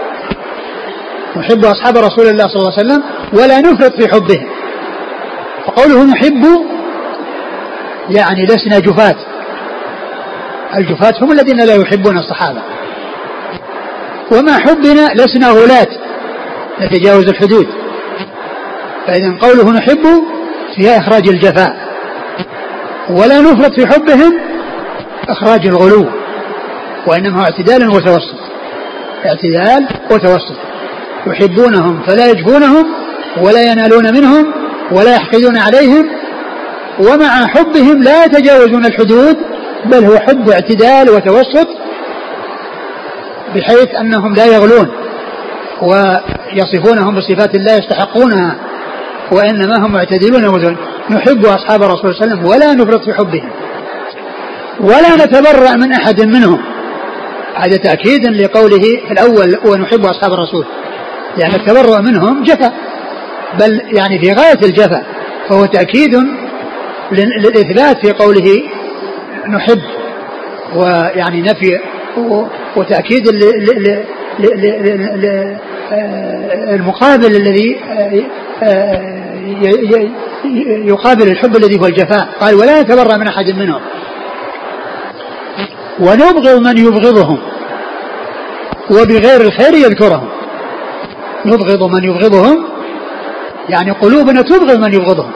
S2: نحب أصحاب رسول الله صلى الله عليه وسلم ولا نفرط في حبهم. فقوله نحب يعني لسنا جفاة، الجفاة هم الذين لا يحبون الصحابة، وما حبنا لسنا غلاة نتجاوز الحدود. فإذا قوله نحب فيها إخراج الجفاء، ولا نفرط في حبهم إخراج الغلو، وإنما هو اعتدال وتوسط، اعتدال وتوسط. يحبونهم فلا يجفونهم ولا ينالون منهم ولا يحقدون عليهم، ومع حبهم لا يتجاوزون الحدود، بل هو حب اعتدال وتوسط، بحيث أنهم لا يغلون ويصفونهم بصفات لا يستحقونها وإنما هم معتدلون وذل. نحب أصحاب الرسول صلى الله عليه وسلم ولا نفرط في حبهم ولا نتبرأ من أحد منهم. هذا تأكيد لقوله في الأول ونحب أصحاب الرسول، يعني التبرؤ منهم جفا، بل يعني في غاية الجفا، فهو تأكيد للإثبات في قوله نحب، ويعني نفي وتأكيد المقابل الذي يقابل الحب الذي هو الجفاء. قال ولا يتبرأ من أحد منهم ونبغض من يبغضهم وبغير الخير يذكرهم. نبغض من يبغضهم يعني قلوبنا تبغض من يبغضهم،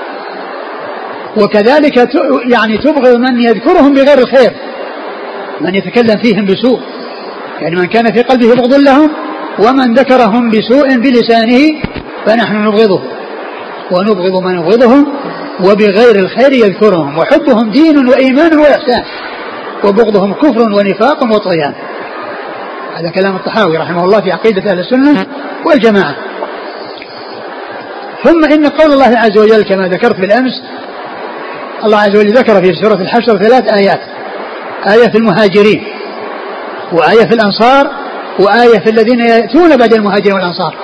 S2: وكذلك يعني تبغض من يذكرهم بغير الخير، من يتكلم فيهم بسوء، يعني من كان في قلبه بغض لهم ومن ذكرهم بسوء بلسانه فنحن نبغضه ونبغض من يبغضهم وبغير الخير يذكرهم. وحبهم دين وإيمان وإحسان وبغضهم كفر ونفاق وطغيان. هذا كلام الطحاوي رحمه الله في عقيدة أهل السنة والجماعة. ثم إن قول الله عز وجل كما ذكرت بالأمس، الله عز وجل ذكر في سورة الحشر ثلاث آيات: آية في المهاجرين، وآية في الأنصار، وآية في الذين يأتون بعد المهاجرين والأنصار.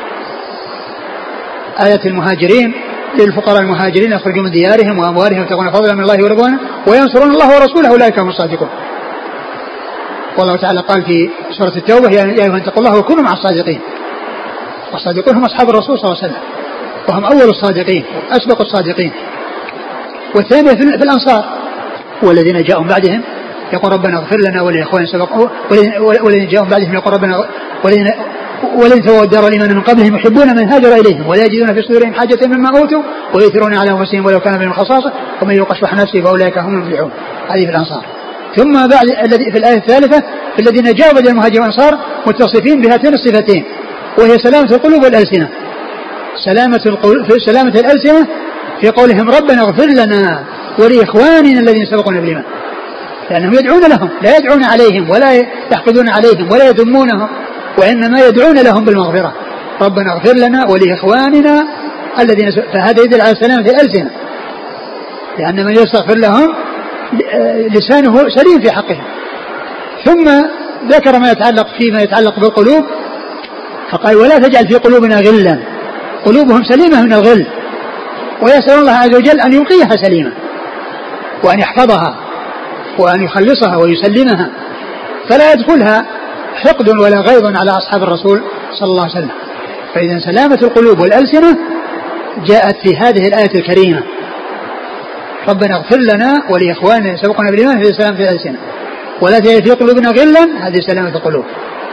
S2: آية المهاجرين للفقراء المهاجرين يخرجون من ديارهم وأموالهم يبتغون فضلا من الله ورضوانه وينصرون الله ورسوله أولئك هم الصادقون. والله تعالى قال في سورة التوبة: يا أيها اتقوا الله وكونوا مع الصادقين. والصادقون هم أصحاب الرسول صلى الله عليه وسلم، وهم أول الصادقين وأسبق الصادقين. والثانية في الأنصار: والذين جاءوا بعدهم يقول ربنا اغفر لنا ولإخواننا سبقوا والذين جاءوا بعدهم يقول ربنا والذين تبوأوا الدار والإيمان من قبلهم يحبون من هاجر إليهم ولا يجدون في صدورهم حاجة مما أوتوا ويؤثرون على أنفسهم ولو كان بهم خصاصة ومن يوق شح نفسه فأولئك هم المفلحون. هذه في الأنصار. ثم بعد الذي في الآية الثالثة: في الذين جاءوا بعد المهاجرين والأنصار متصفين بهاتين الصفتين، وهي سلامة القلوب والألسنة. سلامة القلوب في سلامة الألسنة في قولهم ربنا اغفر لنا ولإخواننا الذين سبقونا بالإيمان، لأنهم يدعون لهم، لا يدعون عليهم ولا يحقدون عليهم ولا يذمونهم، وإنما يدعون لهم بالمغفرة. ربنا اغفر لنا ولإخواننا الذين سبقونا، فهذا يدل على سلامة الألسنة، لأن من يستغفر لهم لسانه سليم في حقهم. ثم ذكر ما يتعلق فيما يتعلق بالقلوب فقال: ولا تجعل في قلوبنا غلا. قلوبهم سليمة من الغل، ويسأل الله عز وجل أن يبقيها سليمة وأن يحفظها وأن يخلصها ويسلمها، فلا يدخلها حقد ولا غيظ على أصحاب الرسول صلى الله عليه وسلم. فإذا سلامة القلوب والألسنة جاءت في هذه الآية الكريمة: ربنا اغفر لنا ولإخواننا سبقونا بالإيمان، هذه سلامة الألسنة. ولا تجعل في قلوبنا غلا، هذه سلامة القلوب.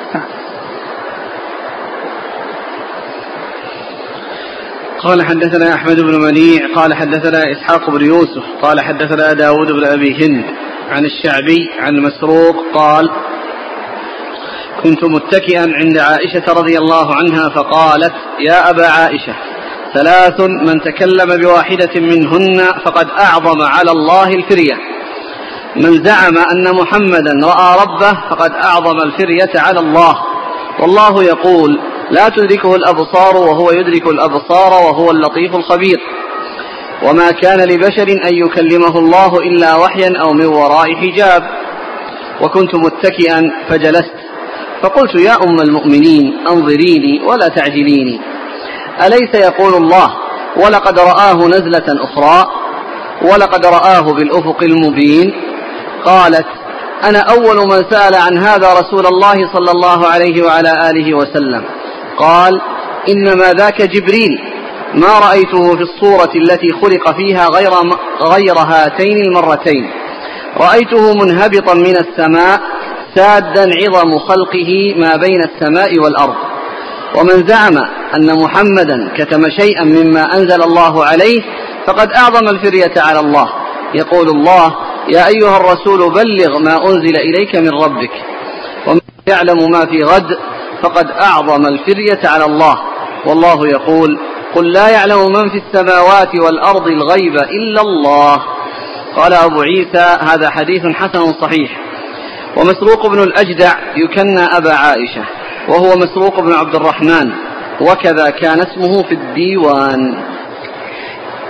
S1: قال حدثنا أحمد بن منيع قال حدثنا إسحاق بن يوسف قال حدثنا داود بن أبي هند عن الشعبي عن مسروق قال: كنت متكئا عند عائشة رضي الله عنها فقالت: يا أبا عائشة، ثلاث من تكلم بواحدة منهن فقد أعظم على الله الفرية: من زعم أن محمدا رأى ربه فقد أعظم الفرية على الله، والله يقول: لا تدركه الأبصار وهو يدرك الأبصار وهو اللطيف الخبير. وما كان لبشر أن يكلمه الله إلا وحيا أو من وراء حجاب. وكنت متكئا فجلست فقلت: يا أم المؤمنين، أنظريني ولا تعجليني، أليس يقول الله: ولقد رآه نزلة أخرى ولقد رآه بالأفق المبين؟ قالت: أنا أول من سأل عن هذا رسول الله صلى الله عليه وعلى آله وسلم. قال: إنما ذاك جبريل، ما رأيته في الصورة التي خلق فيها غير, غير هاتين المرتين، رأيته منهبطا من السماء سادا عظم خلقه ما بين السماء والأرض. ومن زعم أن محمدا كتم شيئا مما أنزل الله عليه فقد أعظم الفرية على الله. يقول الله: يا أيها الرسول بلغ ما أنزل إليك من ربك، ومن يعلم ما في غد فقد أعظم الفرية على الله، والله يقول: قل لا يعلم من في السماوات والأرض الغيب إلا الله. قال أبو عيسى: هذا حديث حسن صحيح. ومسروق بن الأجدع يكنى أبا عائشة، وهو مسروق بن عبد الرحمن، وكذا كان اسمه في الديوان.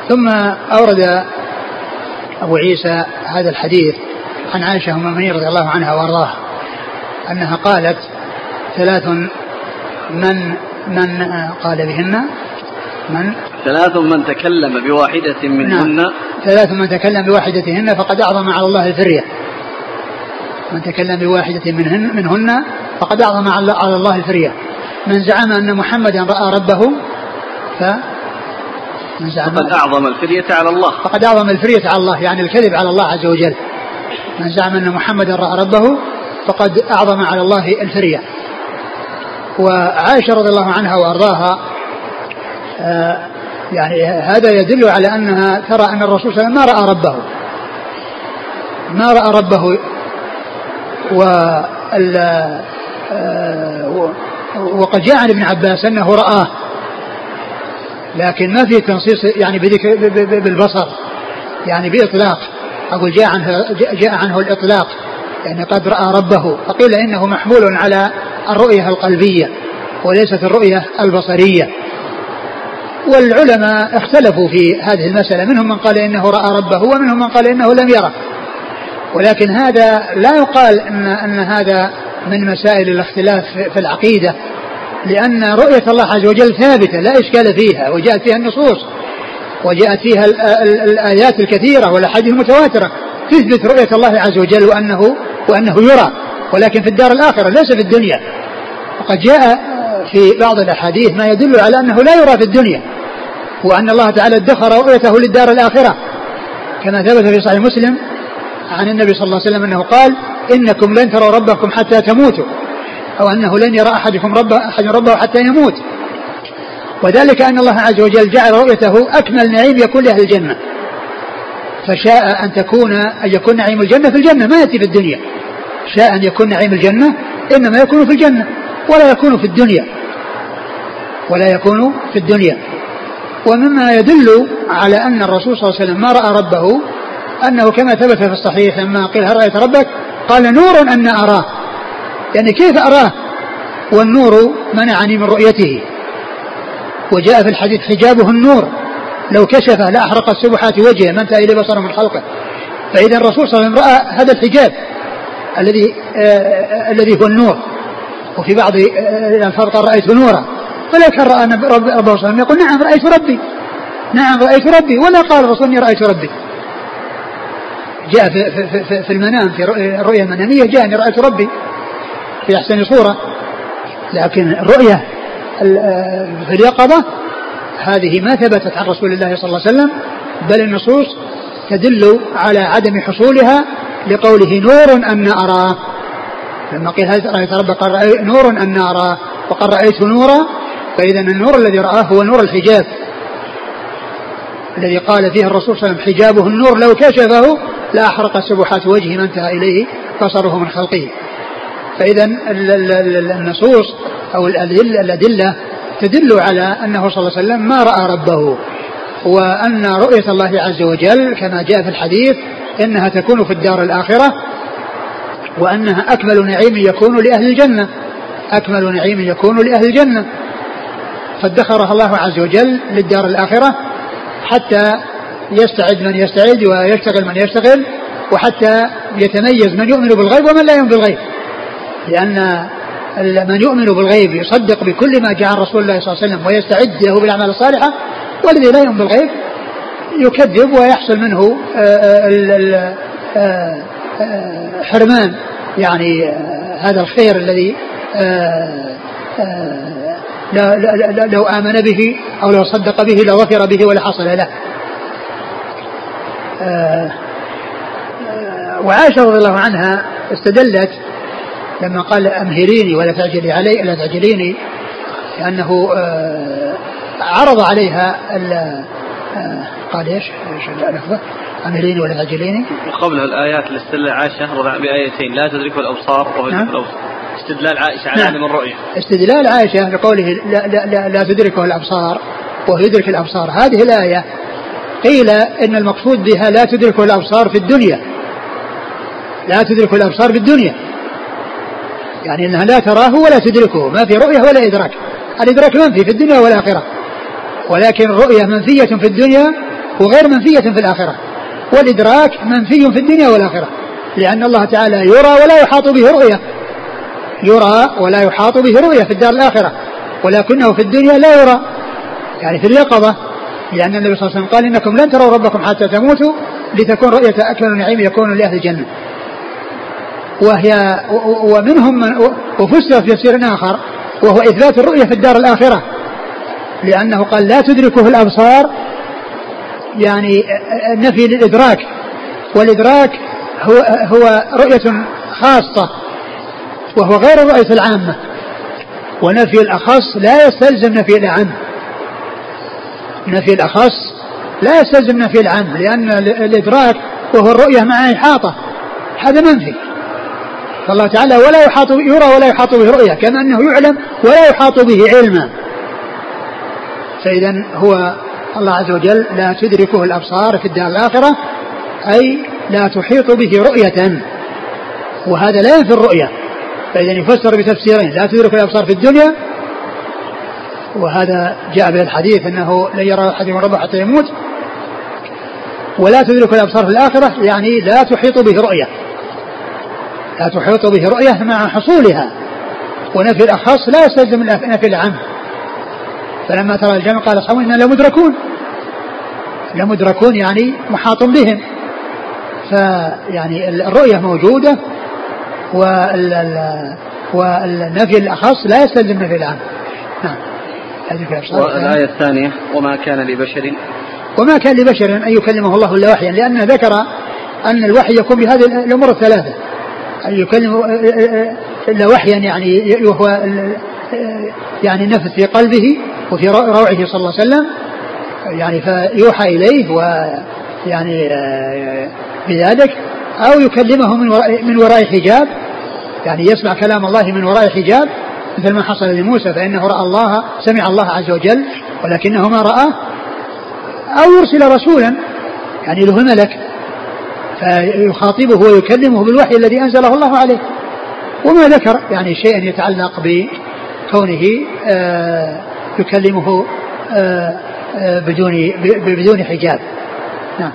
S2: ثم أورد أبو عيسى هذا الحديث عن عائشة أم المؤمنين رضي الله عنها وأرضاها أنها قالت ثلاث من من قال بهن من
S1: ثلاث من تكلم بواحدة منهن.
S2: نعم. ثلاث من تكلم بواحدتهن فقد أعظم على الله الفرية. من تكلم بواحدة منهن, منهن فقد أعظم على الله الفرية. من زعم أن محمدا رأى ربه ف من زعم
S1: فقد أعظم الفرية على الله
S2: فقد أعظم الفرية على الله يعني الكذب على الله عز وجل. من زعم أن محمدا رأى ربه فقد أعظم على الله الفرية. وعائشة رضي الله عنها وأرضاها آه يعني هذا يدل على أنها ترى أن الرسول صلى الله عليه وسلم ما رأى ربه ما رأى ربه آه وقد جاء عن ابن عباس أنه رآه لكن ما في تنصيص يعني بالبصر يعني بإطلاق. أقول جاء عنه, جاء عنه الإطلاق يعني قد رأى ربه فقيل إنه محمول على الرؤية القلبية وليست الرؤية البصرية. والعلماء اختلفوا في هذه المسألة منهم من قال إنه رأى ربه ومنهم من قال إنه لم يره. ولكن هذا لا يقال أن, أن هذا من مسائل الاختلاف في العقيدة لأن رؤية الله عز وجل ثابتة لا إشكال فيها وجاءت فيها النصوص وجاءت فيها الآيات الكثيرة والأحاديث المتواترة تثبت رؤية الله عز وجل وأنه, وأنه يرى ولكن في الدار الآخرة ليس في الدنيا. وقد جاء في بعض الأحاديث ما يدل على أنه لا يرى في الدنيا وأن الله تعالى ادخر رؤيته للدار الآخرة كما ثبت في صحيح مسلم عن النبي صلى الله عليه وسلم أنه قال إنكم لن تروا ربكم حتى تموتوا أو أنه لن يرى أحدكم ربه, أحد ربه حتى يموت. وذلك أن الله عز وجل جعل رؤيته أكمل نعيم يكون لأهل الجنة فشاء أن تكون أن يكون نعيم الجنة في الجنة ما يأتي في الدنيا. شاء أن يكون نعيم الجنة إنما يكون في الجنة ولا يكون في الدنيا ولا يكون في الدنيا. ومما يدل على أن الرسول صلى الله عليه وسلم ما رأى ربه أنه كما ثبت في الصحيح لما قيل هل رأيت ربك قال نور أن أراه يعني كيف أراه والنور منعني من رؤيته. وجاء في الحديث حجابه النور لو كشف لأحرق السبحات وجهه ما انتهى إلى بصره من خلقه. فإذا الرسول صلى الله عليه وسلم رأى هذا الحجاب الذي آه الذي هو النور. وفي بعض الألفاظ قال رأيت نورا ولكن رأى ربه صلى الله عليه وسلم يقول نعم رأيت ربي نعم رأيت ربي ولا قال الرسول إني رأيت ربي. جاء في, في, في, في المنام في الرؤية المنامية جاء إني رأيت ربي في أحسن صورة. لكن الرؤية في اليقظة هذه ما ثبتت عن رسول الله صلى الله عليه وسلم بل النصوص تدل على عدم حصولها لقوله نور أن أراه لما قيل هل رأيت ربك قال نور أن أراه وقال رأيت نورا. فإذا النور الذي رآه هو نور الحجاب الذي قال فيه الرسول صلى الله عليه وسلم حجابه النور لو كشفه لا أحرق سبحات وجهه ما انتهى إليه بصره من خلقه. فإذا النصوص أو الأدلة تدل على أنه صلى الله عليه وسلم ما رأى ربه وأن رؤية الله عز وجل كما جاء في الحديث إنها تكون في الدار الآخرة وأنها أكمل نعيم يكون لأهل الجنة أكمل نعيم يكون لأهل الجنة فادخرها الله عز وجل للدار الآخرة حتى يستعد من يستعد ويشتغل من يشتغل وحتى يتميز من يؤمن بالغيب ومن لا يؤمن بالغيب. لأن من يؤمن بالغيب يصدق بكل ما جاء عن رسول الله صلى الله عليه وسلم ويستعد له بالأعمال الصالحة والذي لا يؤمن بالغيب يكذب ويحصل منه حرمان يعني هذا الخير الذي لو آمن به أو لو صدق به لظفر به ولا حصل له. وعائشة رضي الله عنها استدلت لما قال أمهليني ولا تعجلي علي لا تعجليني لأنه عرض عليها قال ايش اللفظة أمهليني ولا تعجليني
S1: وقبلها الآيات اللي استدل عائشة بآيتين لا تدركه الأبصار وهو يدرك الأبصار. استدلال عائشة على عدم الرؤية
S2: استدلال عائشة لقوله لا, لا, لا, لا تدركه الأبصار وهو يدرك الأبصار. هذه الآية قيل إن المقصود بها لا تدركه الأبصار في الدنيا لا تدركه الأبصار في الدنيا يعني أنها لا تراه ولا تدركه ما في رؤية ولا إدراك. الإدراك منفي في الدنيا والآخرة ولكن الرؤية منفية في الدنيا وغير منفية في الآخرة، والإدراك منفي في الدنيا والآخرة، لأن الله تعالى يرى ولا يحاط به رؤية، يرى ولا يحاط به رؤية في الدار الآخرة، ولكنه في الدنيا لا يرى، يعني في اليقظة، لأن النبي صلى الله عليه وسلم قال إنكم لن تروا ربكم حتى تموتوا لتكون رؤية أكل النعيم يكون لأهل الجنة. وهي ومنهم من وفسر في تفسير آخر وهو إثبات الرؤية في الدار الآخرة، لأنه قال لا تدركه الأبصار، يعني نفي للإدراك، والإدراك هو, هو رؤية خاصة وهو غير الرؤية العامة، ونفي الأخص لا يستلزم نفي الأعم، نفي الأخص لا يستلزم نفي العام، لأن الإدراك وهو الرؤية مع إحاطة هذا منفي، فالله تعالى ولا يحاط يرى ولا يحاط به رؤية، كما أنه يعلم ولا يحاط به علما. فإذا هو الله عز وجل لا تدركه الأبصار في الدار الآخرة، أي لا تحيط به رؤية، وهذا لا ينفي الرؤية، فإذا يفسر بتفسيرين: لا تدرك الأبصار في الدنيا، وهذا جاء به الحديث أنه لا يرى أحد ربه حتى يموت، ولا تدرك الأبصار في الآخرة يعني لا تحيط به رؤية، لا تحيط به رؤية مع حصولها، ونفي الأخص لا يستلزم نفي العام. فلما ترى الجمع قال أصحابه إننا لمدركون، لمدركون يعني محاط بهم، فيعني الرؤية موجودة، والنفي الأخص لا يستلزم نفي العام. نعم.
S1: والآية الثانية: وما كان لبشر
S2: وما كان لبشر أن يكلمه الله إلا وحيا، لأنه ذكر أن الوحي يكون بهذه الأمور الثلاثة: أن يكلمه إلا وحيا يعني وهو يعني نفث في قلبه وفي روعه صلى الله عليه وسلم، يعني فيوحى إليه ويعني بذلك، أو يكلمه من وراء من وراء حجاب، يعني يسمع كلام الله من وراء حجاب، مثل ما حصل لموسى فإنه رأى الله سمع الله عز وجل ولكنه ما رآه، أو يرسل رسولا يعني له ملك فيخاطبه ويكلمه بالوحي الذي أنزله الله عليه. وما ذكر يعني شيئا يتعلق بكونه آه يكلمه آه آه بدون بدون حجاب. نعم.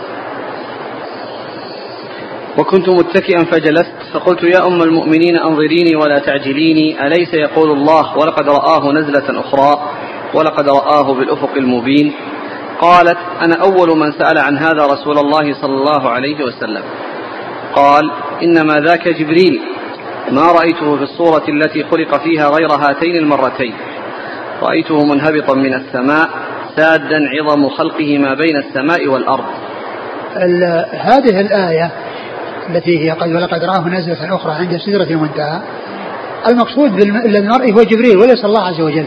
S1: وكنت متكئا فجلست فقلت: يا أم المؤمنين أنظريني ولا تعجليني، أليس يقول الله ولقد رآه نزلة أخرى ولقد رآه بالأفق المبين؟ قالت: أنا أول من سأل عن هذا رسول الله صلى الله عليه وسلم. قال: إنما ذاك جبريل، ما رأيته في الصورة التي خلق فيها غير هاتين المرتين، رأيته منهبطا من السماء سادا عظم خلقه ما بين السماء والأرض.
S2: هذه الآية التي هي قد ولقد رآه نزلة أخرى عند سدرة المنتهى، المقصود بالمرئي هو جبريل وليس الله عز وجل،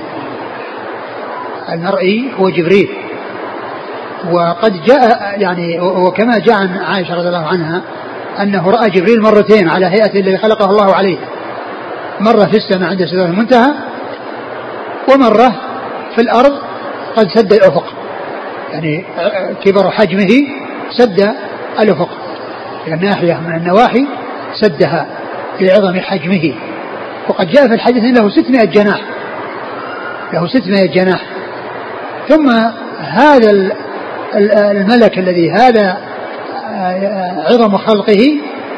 S2: المرئي هو جبريل. وقد جاء يعني وكما جاء عن عائشة رضي الله عنها أنه رأى جبريل مرتين على هيئة الذي خلقه الله عليه، مرة في السماء عند سدرة المنتهى، ومرة في الأرض قد سد الأفق، يعني كبر حجمه سد الأفق، الناحية من النواحي سدها لعظم حجمه. وقد جاء في الحديث له ستمائة جناح، له ستمائة جناح. ثم هذا الملك الذي هذا عظم خلقه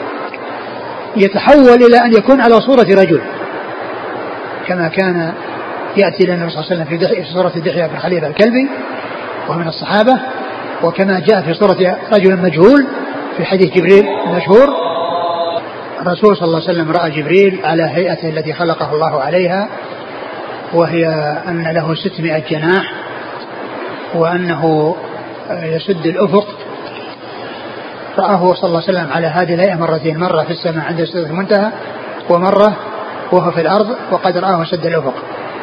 S2: يتحول إلى أن يكون على صورة رجل، كما كان يأتي للنبي صلى الله عليه وسلم في صورة دحية بن خليفة الكلبي وهو من الصحابة، وكما جاء في صورة رجل مجهول في حديث جبريل المشهور. الرسول صلى الله عليه وسلم رأى جبريل على هيئته التي خلقه الله عليها، وهي أن له ستمائة جناح، وأنه يسد الأفق. رآه صلى الله عليه وسلم على هذه الهيئة مرتين، مرة في السماء عند سدرة المنتهى، ومرة وهو في الأرض وقد رآه سد الأفق.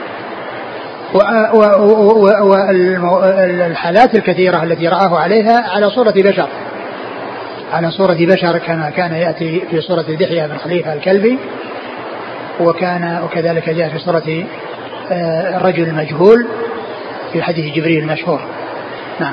S2: والحالات الكثيرة التي رآه عليها على صورة بشر، على صورة بشر كما كان يأتي في صورة دحية بن خليفة الكلبي، وكان وكذلك جاء في صورة الرجل المجهول في حديث جبريل المشهور. نعم.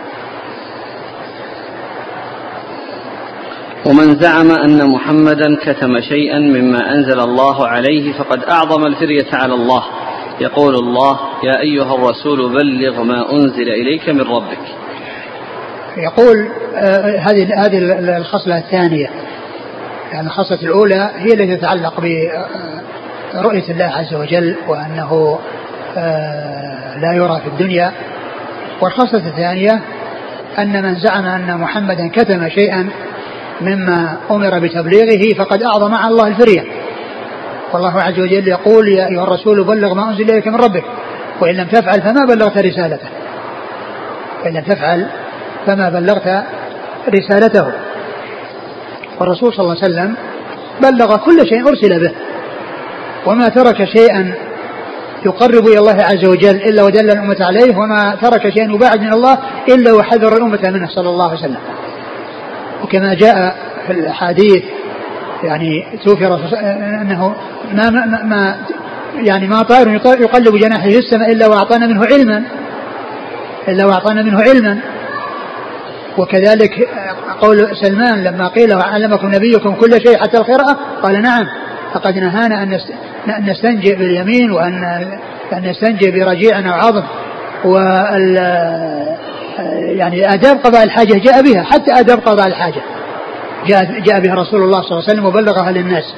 S1: ومن زعم أن محمدا كتم شيئا مما أنزل الله عليه فقد أعظم الفرية على الله. يقول الله: يا أيها الرسول بلغ ما أنزل إليك من ربك.
S2: يقول آه هذه هذه الخصلة الثانية، يعني الخصلة الأولى هي التي تتعلق برؤية الله عز وجل وأنه آه لا يرى في الدنيا. والخصلة الثانية أن من زعم أن محمدا كتم شيئا مما أمر بتبليغه فقد أعظم على الله الفرية. والله عز وجل يقول يا أيها الرسول بلغ ما أنزل إليك من ربك وإن لم تفعل فما بلغت رسالته، إن لم تفعل فما بلغت رسالته. والرسول صلى الله عليه وسلم بلغ كل شيء أرسل به، وما ترك شيئا يقرب إلى الله عز وجل إلا ودل الأمة عليه، وما ترك شيئا يباعد من الله إلا وحذر الأمة منه صلى الله عليه وسلم. وكما جاء في الحديث يعني توفي أنه ما, ما, ما يعني ما طائر يقلب جناحه في السماء إلا وأعطانا منه علما إلا وأعطانا منه علما. وكذلك قول سلمان لما قيل علمكم نبيكم كل شيء حتى القراءة قال نعم، فقد نهانا أن نستنجئ باليمين وأن نستنجئ برجيع أو عظم. وال يعني آداب قضاء الحاجة جاء بها، حتى آداب قضاء الحاجة جاء, جاء بها رسول الله صلى الله عليه وسلم وبلغها للناس.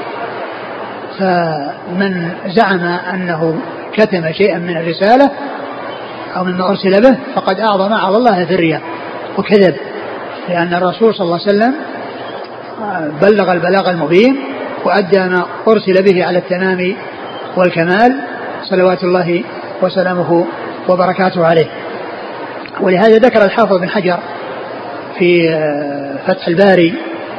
S2: فمن زعم أنه كتم شيئا من الرسالة أو مما أرسل به فقد أعظم على الله ذريا وكذب، لأن الرسول صلى الله عليه وسلم بلغ البلاغ المبين وأدى ما أرسل به على التمام والكمال صلوات الله وسلامه وبركاته عليه. ولهذا ذكر الحافظ بن حجر في فتح الباري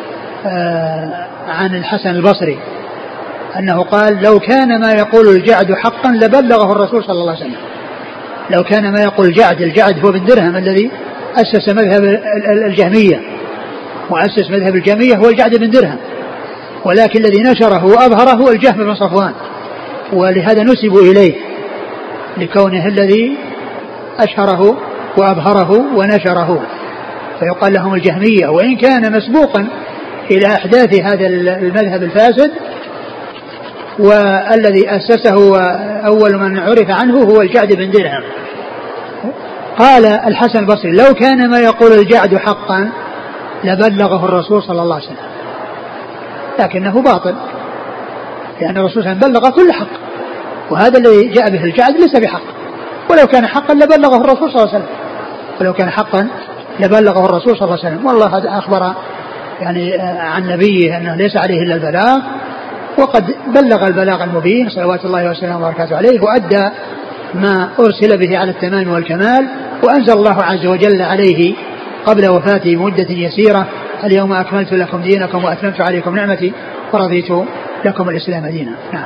S2: عن الحسن البصري أنه قال لو كان ما يقول الجعد حقا لبلغه الرسول صلى الله عليه وسلم. لو كان ما يقول الجعد، الجعد هو بن درهم الذي أسس مذهب الجهمية، وأسس مذهب الجهمية هو الجعد بن درهم، ولكن الذي نشره وأظهره هو الجهم بن صفوان، ولهذا نسبوا إليه لكونه الذي أشهره وأظهره ونشره، فيقال لهم الجهمية، وإن كان مسبوقا إلى أحداث هذا المذهب الفاسد، والذي أسسه وأول من عرف عنه هو الجعد بن درهم. قال الحسن البصري لو كان ما يقول الجعد حقا لبلغه الرسول صلى الله عليه وسلم، لكنه باطل، لأن الرسول صلى الله عليه وسلم بلغ كل حق، وهذا الذي جاء به الجعد ليس بحق. ولو كان حقا لبلغه الرسول صلى الله عليه وسلم، ولو كان حقا لبلغه الرسول صلى الله عليه وسلم. والله أخبر يعني عن نبيه أنه ليس عليه إلا البلاغ، وقد بلغ البلاغ المبين صلوات الله وسلامه وبركاته عليه، وأدى ما أرسل به على التمام والكمال. وأنزل الله عز وجل عليه قبل وفاته مدة يسيرة اليوم أكملت لكم دينكم وأتممت عليكم نعمتي ورضيت لكم الإسلام دينا. نعم.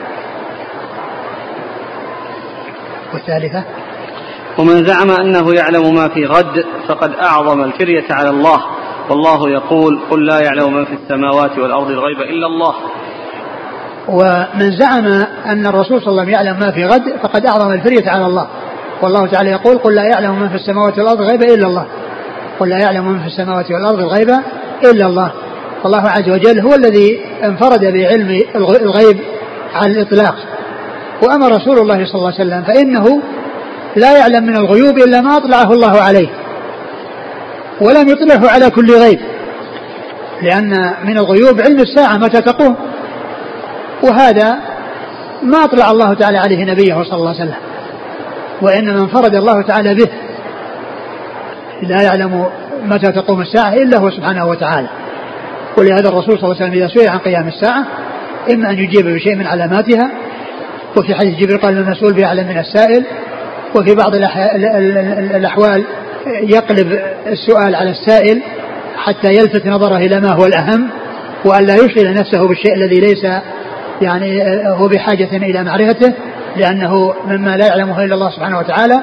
S2: والثالثة
S1: ومن زعم أنه يعلم ما في غد فقد أعظم الفرية على الله، والله يقول قل لا يعلم من في السماوات والأرض الغيب إلا الله.
S2: ومن زعم أن الرسول صلى الله عليه وسلم يعلم ما في غد فقد أعظم الفرية على الله، والله تعالى يقول قل لا يعلم من في السماوات والأرض الغيب إلا الله، قل لا يعلم من في السماوات والأرض الغيب إلا الله. والله عز وجل هو الذي انفرد بعلم الغيب على الإطلاق. وأما رسول الله صلى الله عليه وسلم فإنه لا يعلم من الغيوب إلا ما أطلعه الله عليه، ولم يطلعه على كل غيب، لأن من الغيوب علم الساعة متى تقوم، وهذا ما أطلع الله تعالى عليه نبيه صلى الله عليه وسلم، وإنما انفرد الله تعالى به. لا يعلم متى تقوم الساعة إلا هو سبحانه وتعالى. ولهذا الرسول صلى الله عليه وسلم إذا سئل عن قيام الساعة إما أن يجيب بشيء من علاماتها، وفي حديث جبريل قال المسؤول بأعلم من السائل، وفي بعض الأحوال يقلب السؤال على السائل حتى يلفت نظره إلى ما هو الأهم، وأن لا يشغل نفسه بالشيء الذي ليس يعني هو بحاجة إلى معرفته، لأنه مما لا يعلمه إلا الله سبحانه وتعالى.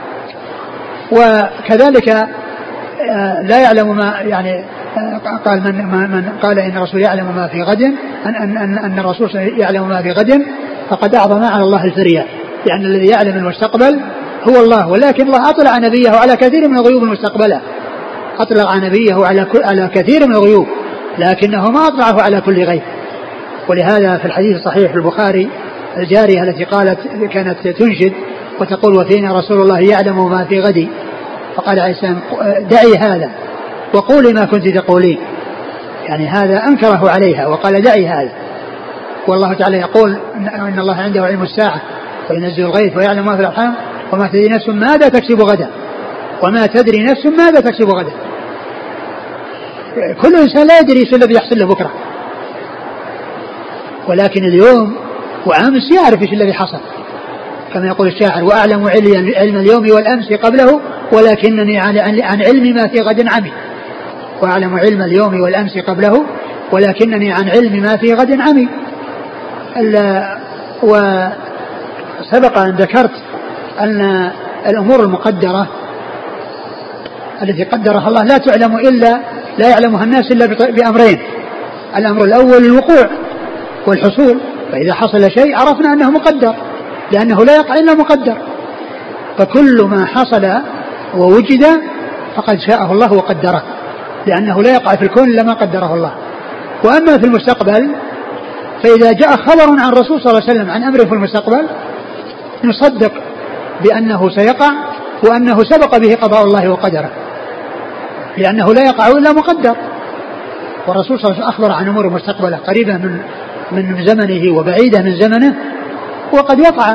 S2: وكذلك لا يعلم ما يعني قال من, من قال إن الرسول يعلم ما في غد، أن, أن, أن الرسول يعلم ما في غد فقد أعظم على الله الفرية، لأن الذي يعلم المستقبل هو الله، ولكن الله أطلع نبيه على كثير من الغيوب المستقبلة، أطلع نبيه على على كثير من الغيوب، لكنه ما أطلعه على كل غيب. ولهذا في الحديث الصحيح في البخاري الجارية التي قالت كانت تنشد وتقول وفينا رسول الله يعلم ما في غد، فقال عليه السلام دعي هذا وقولي ما كنت تقولين، يعني هذا أنكره عليها وقال دعي هذا. والله تعالى يقول إن الله عنده علم الساعة وينزل الغيث ويعلم ما في الأرحام وما تدري نفس ماذا تكسب غدا وما تدري نفس ماذا تكسب غدا. كل إنسان لا يدري ايش الذي يحصل له بكرة، ولكن اليوم وأمس يعرف ايش الذي حصل، كما يقول الشاعر وأعلم علم اليوم والأمس قبله ولكنني عن علم ما في غد عمي. وأعلم علم اليوم والأمس قبله ولكنني عن علم ما في غد عمي. وسبق أن ذكرت أن الأمور المقدرة التي قدرها الله لا تعلم إلا لا يعلمها الناس إلا بأمرين. الأمر الأول الوقوع والحصول، فإذا حصل شيء عرفنا أنه مقدر لأنه لا يقع إلا مقدر، فكل ما حصل ووجد فقد شاءه الله وقدره لأنه لا يقع في الكون إلا ما قدره الله. وأما في المستقبل فإذا جاء خبر عن الرسول صلى الله عليه وسلم عن أمره في المستقبل نصدق بأنه سيقع وأنه سبق به قضاء الله وقدره لأنه لا يقع إلا مقدر. والرسول صلى الله عليه وسلم أخبر عن أمور مستقبله قريبة من من زمنه وبعيدة من زمنه، وقد وقع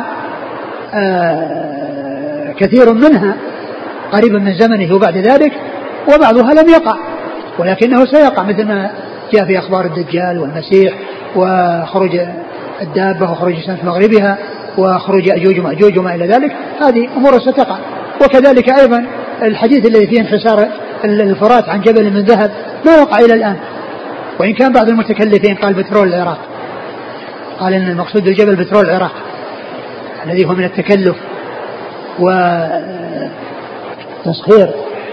S2: آه كثير منها قريبا من زمنه وبعد ذلك، وبعضها لم يقع ولكنه سيقع، مثل ما جاء في أخبار الدجال والمسيح وخروج الدابة وخروج الشمس مغربها وخروج أجوج ومأجوج وما إلى ذلك، هذه أمور ستقع. وكذلك أيضا الحديث الذي فيه انحسار الفرات عن جبل من ذهب ما وقع إلى الآن، وإن كان بعض المتكلفين قال بترول العراق، قال إن المقصود الجبل بترول العراق الذي هو من التكلف وتسخير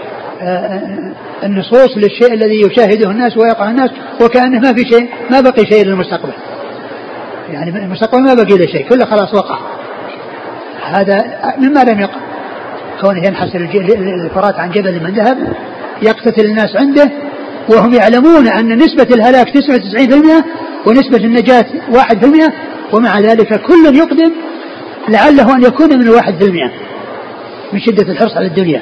S2: النصوص للشيء الذي يشاهده الناس ويقع الناس وكأنه ما في شيء، ما بقي شيء للمستقبل، يعني المستقبل ما بقي له شيء، كله خلاص وقع. هذا مما لم يقع، كونه ينحسر الفرات عن جبل من ذهب يقتتل الناس عنده وهم يعلمون أن نسبة الهلاك تسعة وتسعين بالمئة ونسبة النجاة واحد بالمئة، ومع ذلك كل يقدم لعله أن يكون من واحد بالمئة من شدة الحرص على الدنيا.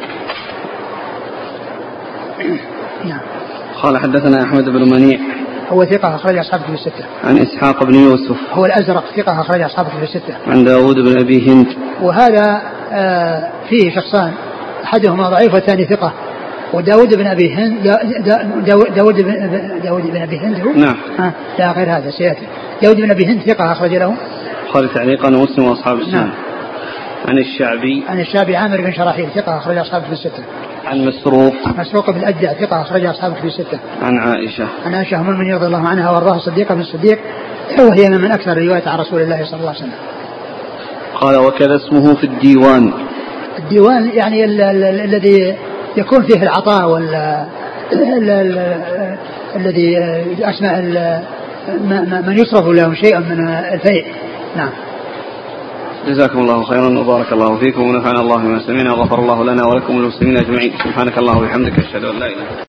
S1: نعم. قال حدثنا أحمد بن منيع
S2: هو ثقة أخرج أصحابه في الستة.
S1: عن إسحاق بن يوسف
S2: هو الأزرق ثقة أخرج أصحابه في الستة.
S1: عن داود بن أبي هند.
S2: وهذا آه فيه شخصان أحدهما ضعيف والثاني ثقة. وداود بن أبي هند داود, داود, بن, داود بن أبي هند هو؟
S1: نعم.
S2: آه لا غير هذا سيأتي. داود بن أبي هند ثقة أخرج له
S1: قال تعليقا مسلم وأصحاب السنة. نعم. عن الشعبي
S2: عن الشعبي عامر بن شراحيل ثقة أخرج أصحابه في الستة.
S1: عن مسروق
S2: مسروق بن الأجدع ثقة أخرج أصحابه في الستة.
S1: عن عائشة
S2: عن عائشة أم المؤمنين رضي الله عنها وأرضاها صديقة بن الصديق، وهي من أكثر الروايات عن رسول الله صلى الله عليه وسلم.
S1: قال وكذا اسمه في الديوان.
S2: الديوان يعني الذي يكون فيه العطاء وال الذي أسماء من يصرف له شيء من الفيء. نعم.
S1: جزاكم الله خيرا وبارك الله فيكم ونفعنا الله بما سمعنا وغفر الله لنا ولكم وللمسلمين أجمعين. سبحانك اللهم وبحمدك أشهد أن لا إله إلا أنت.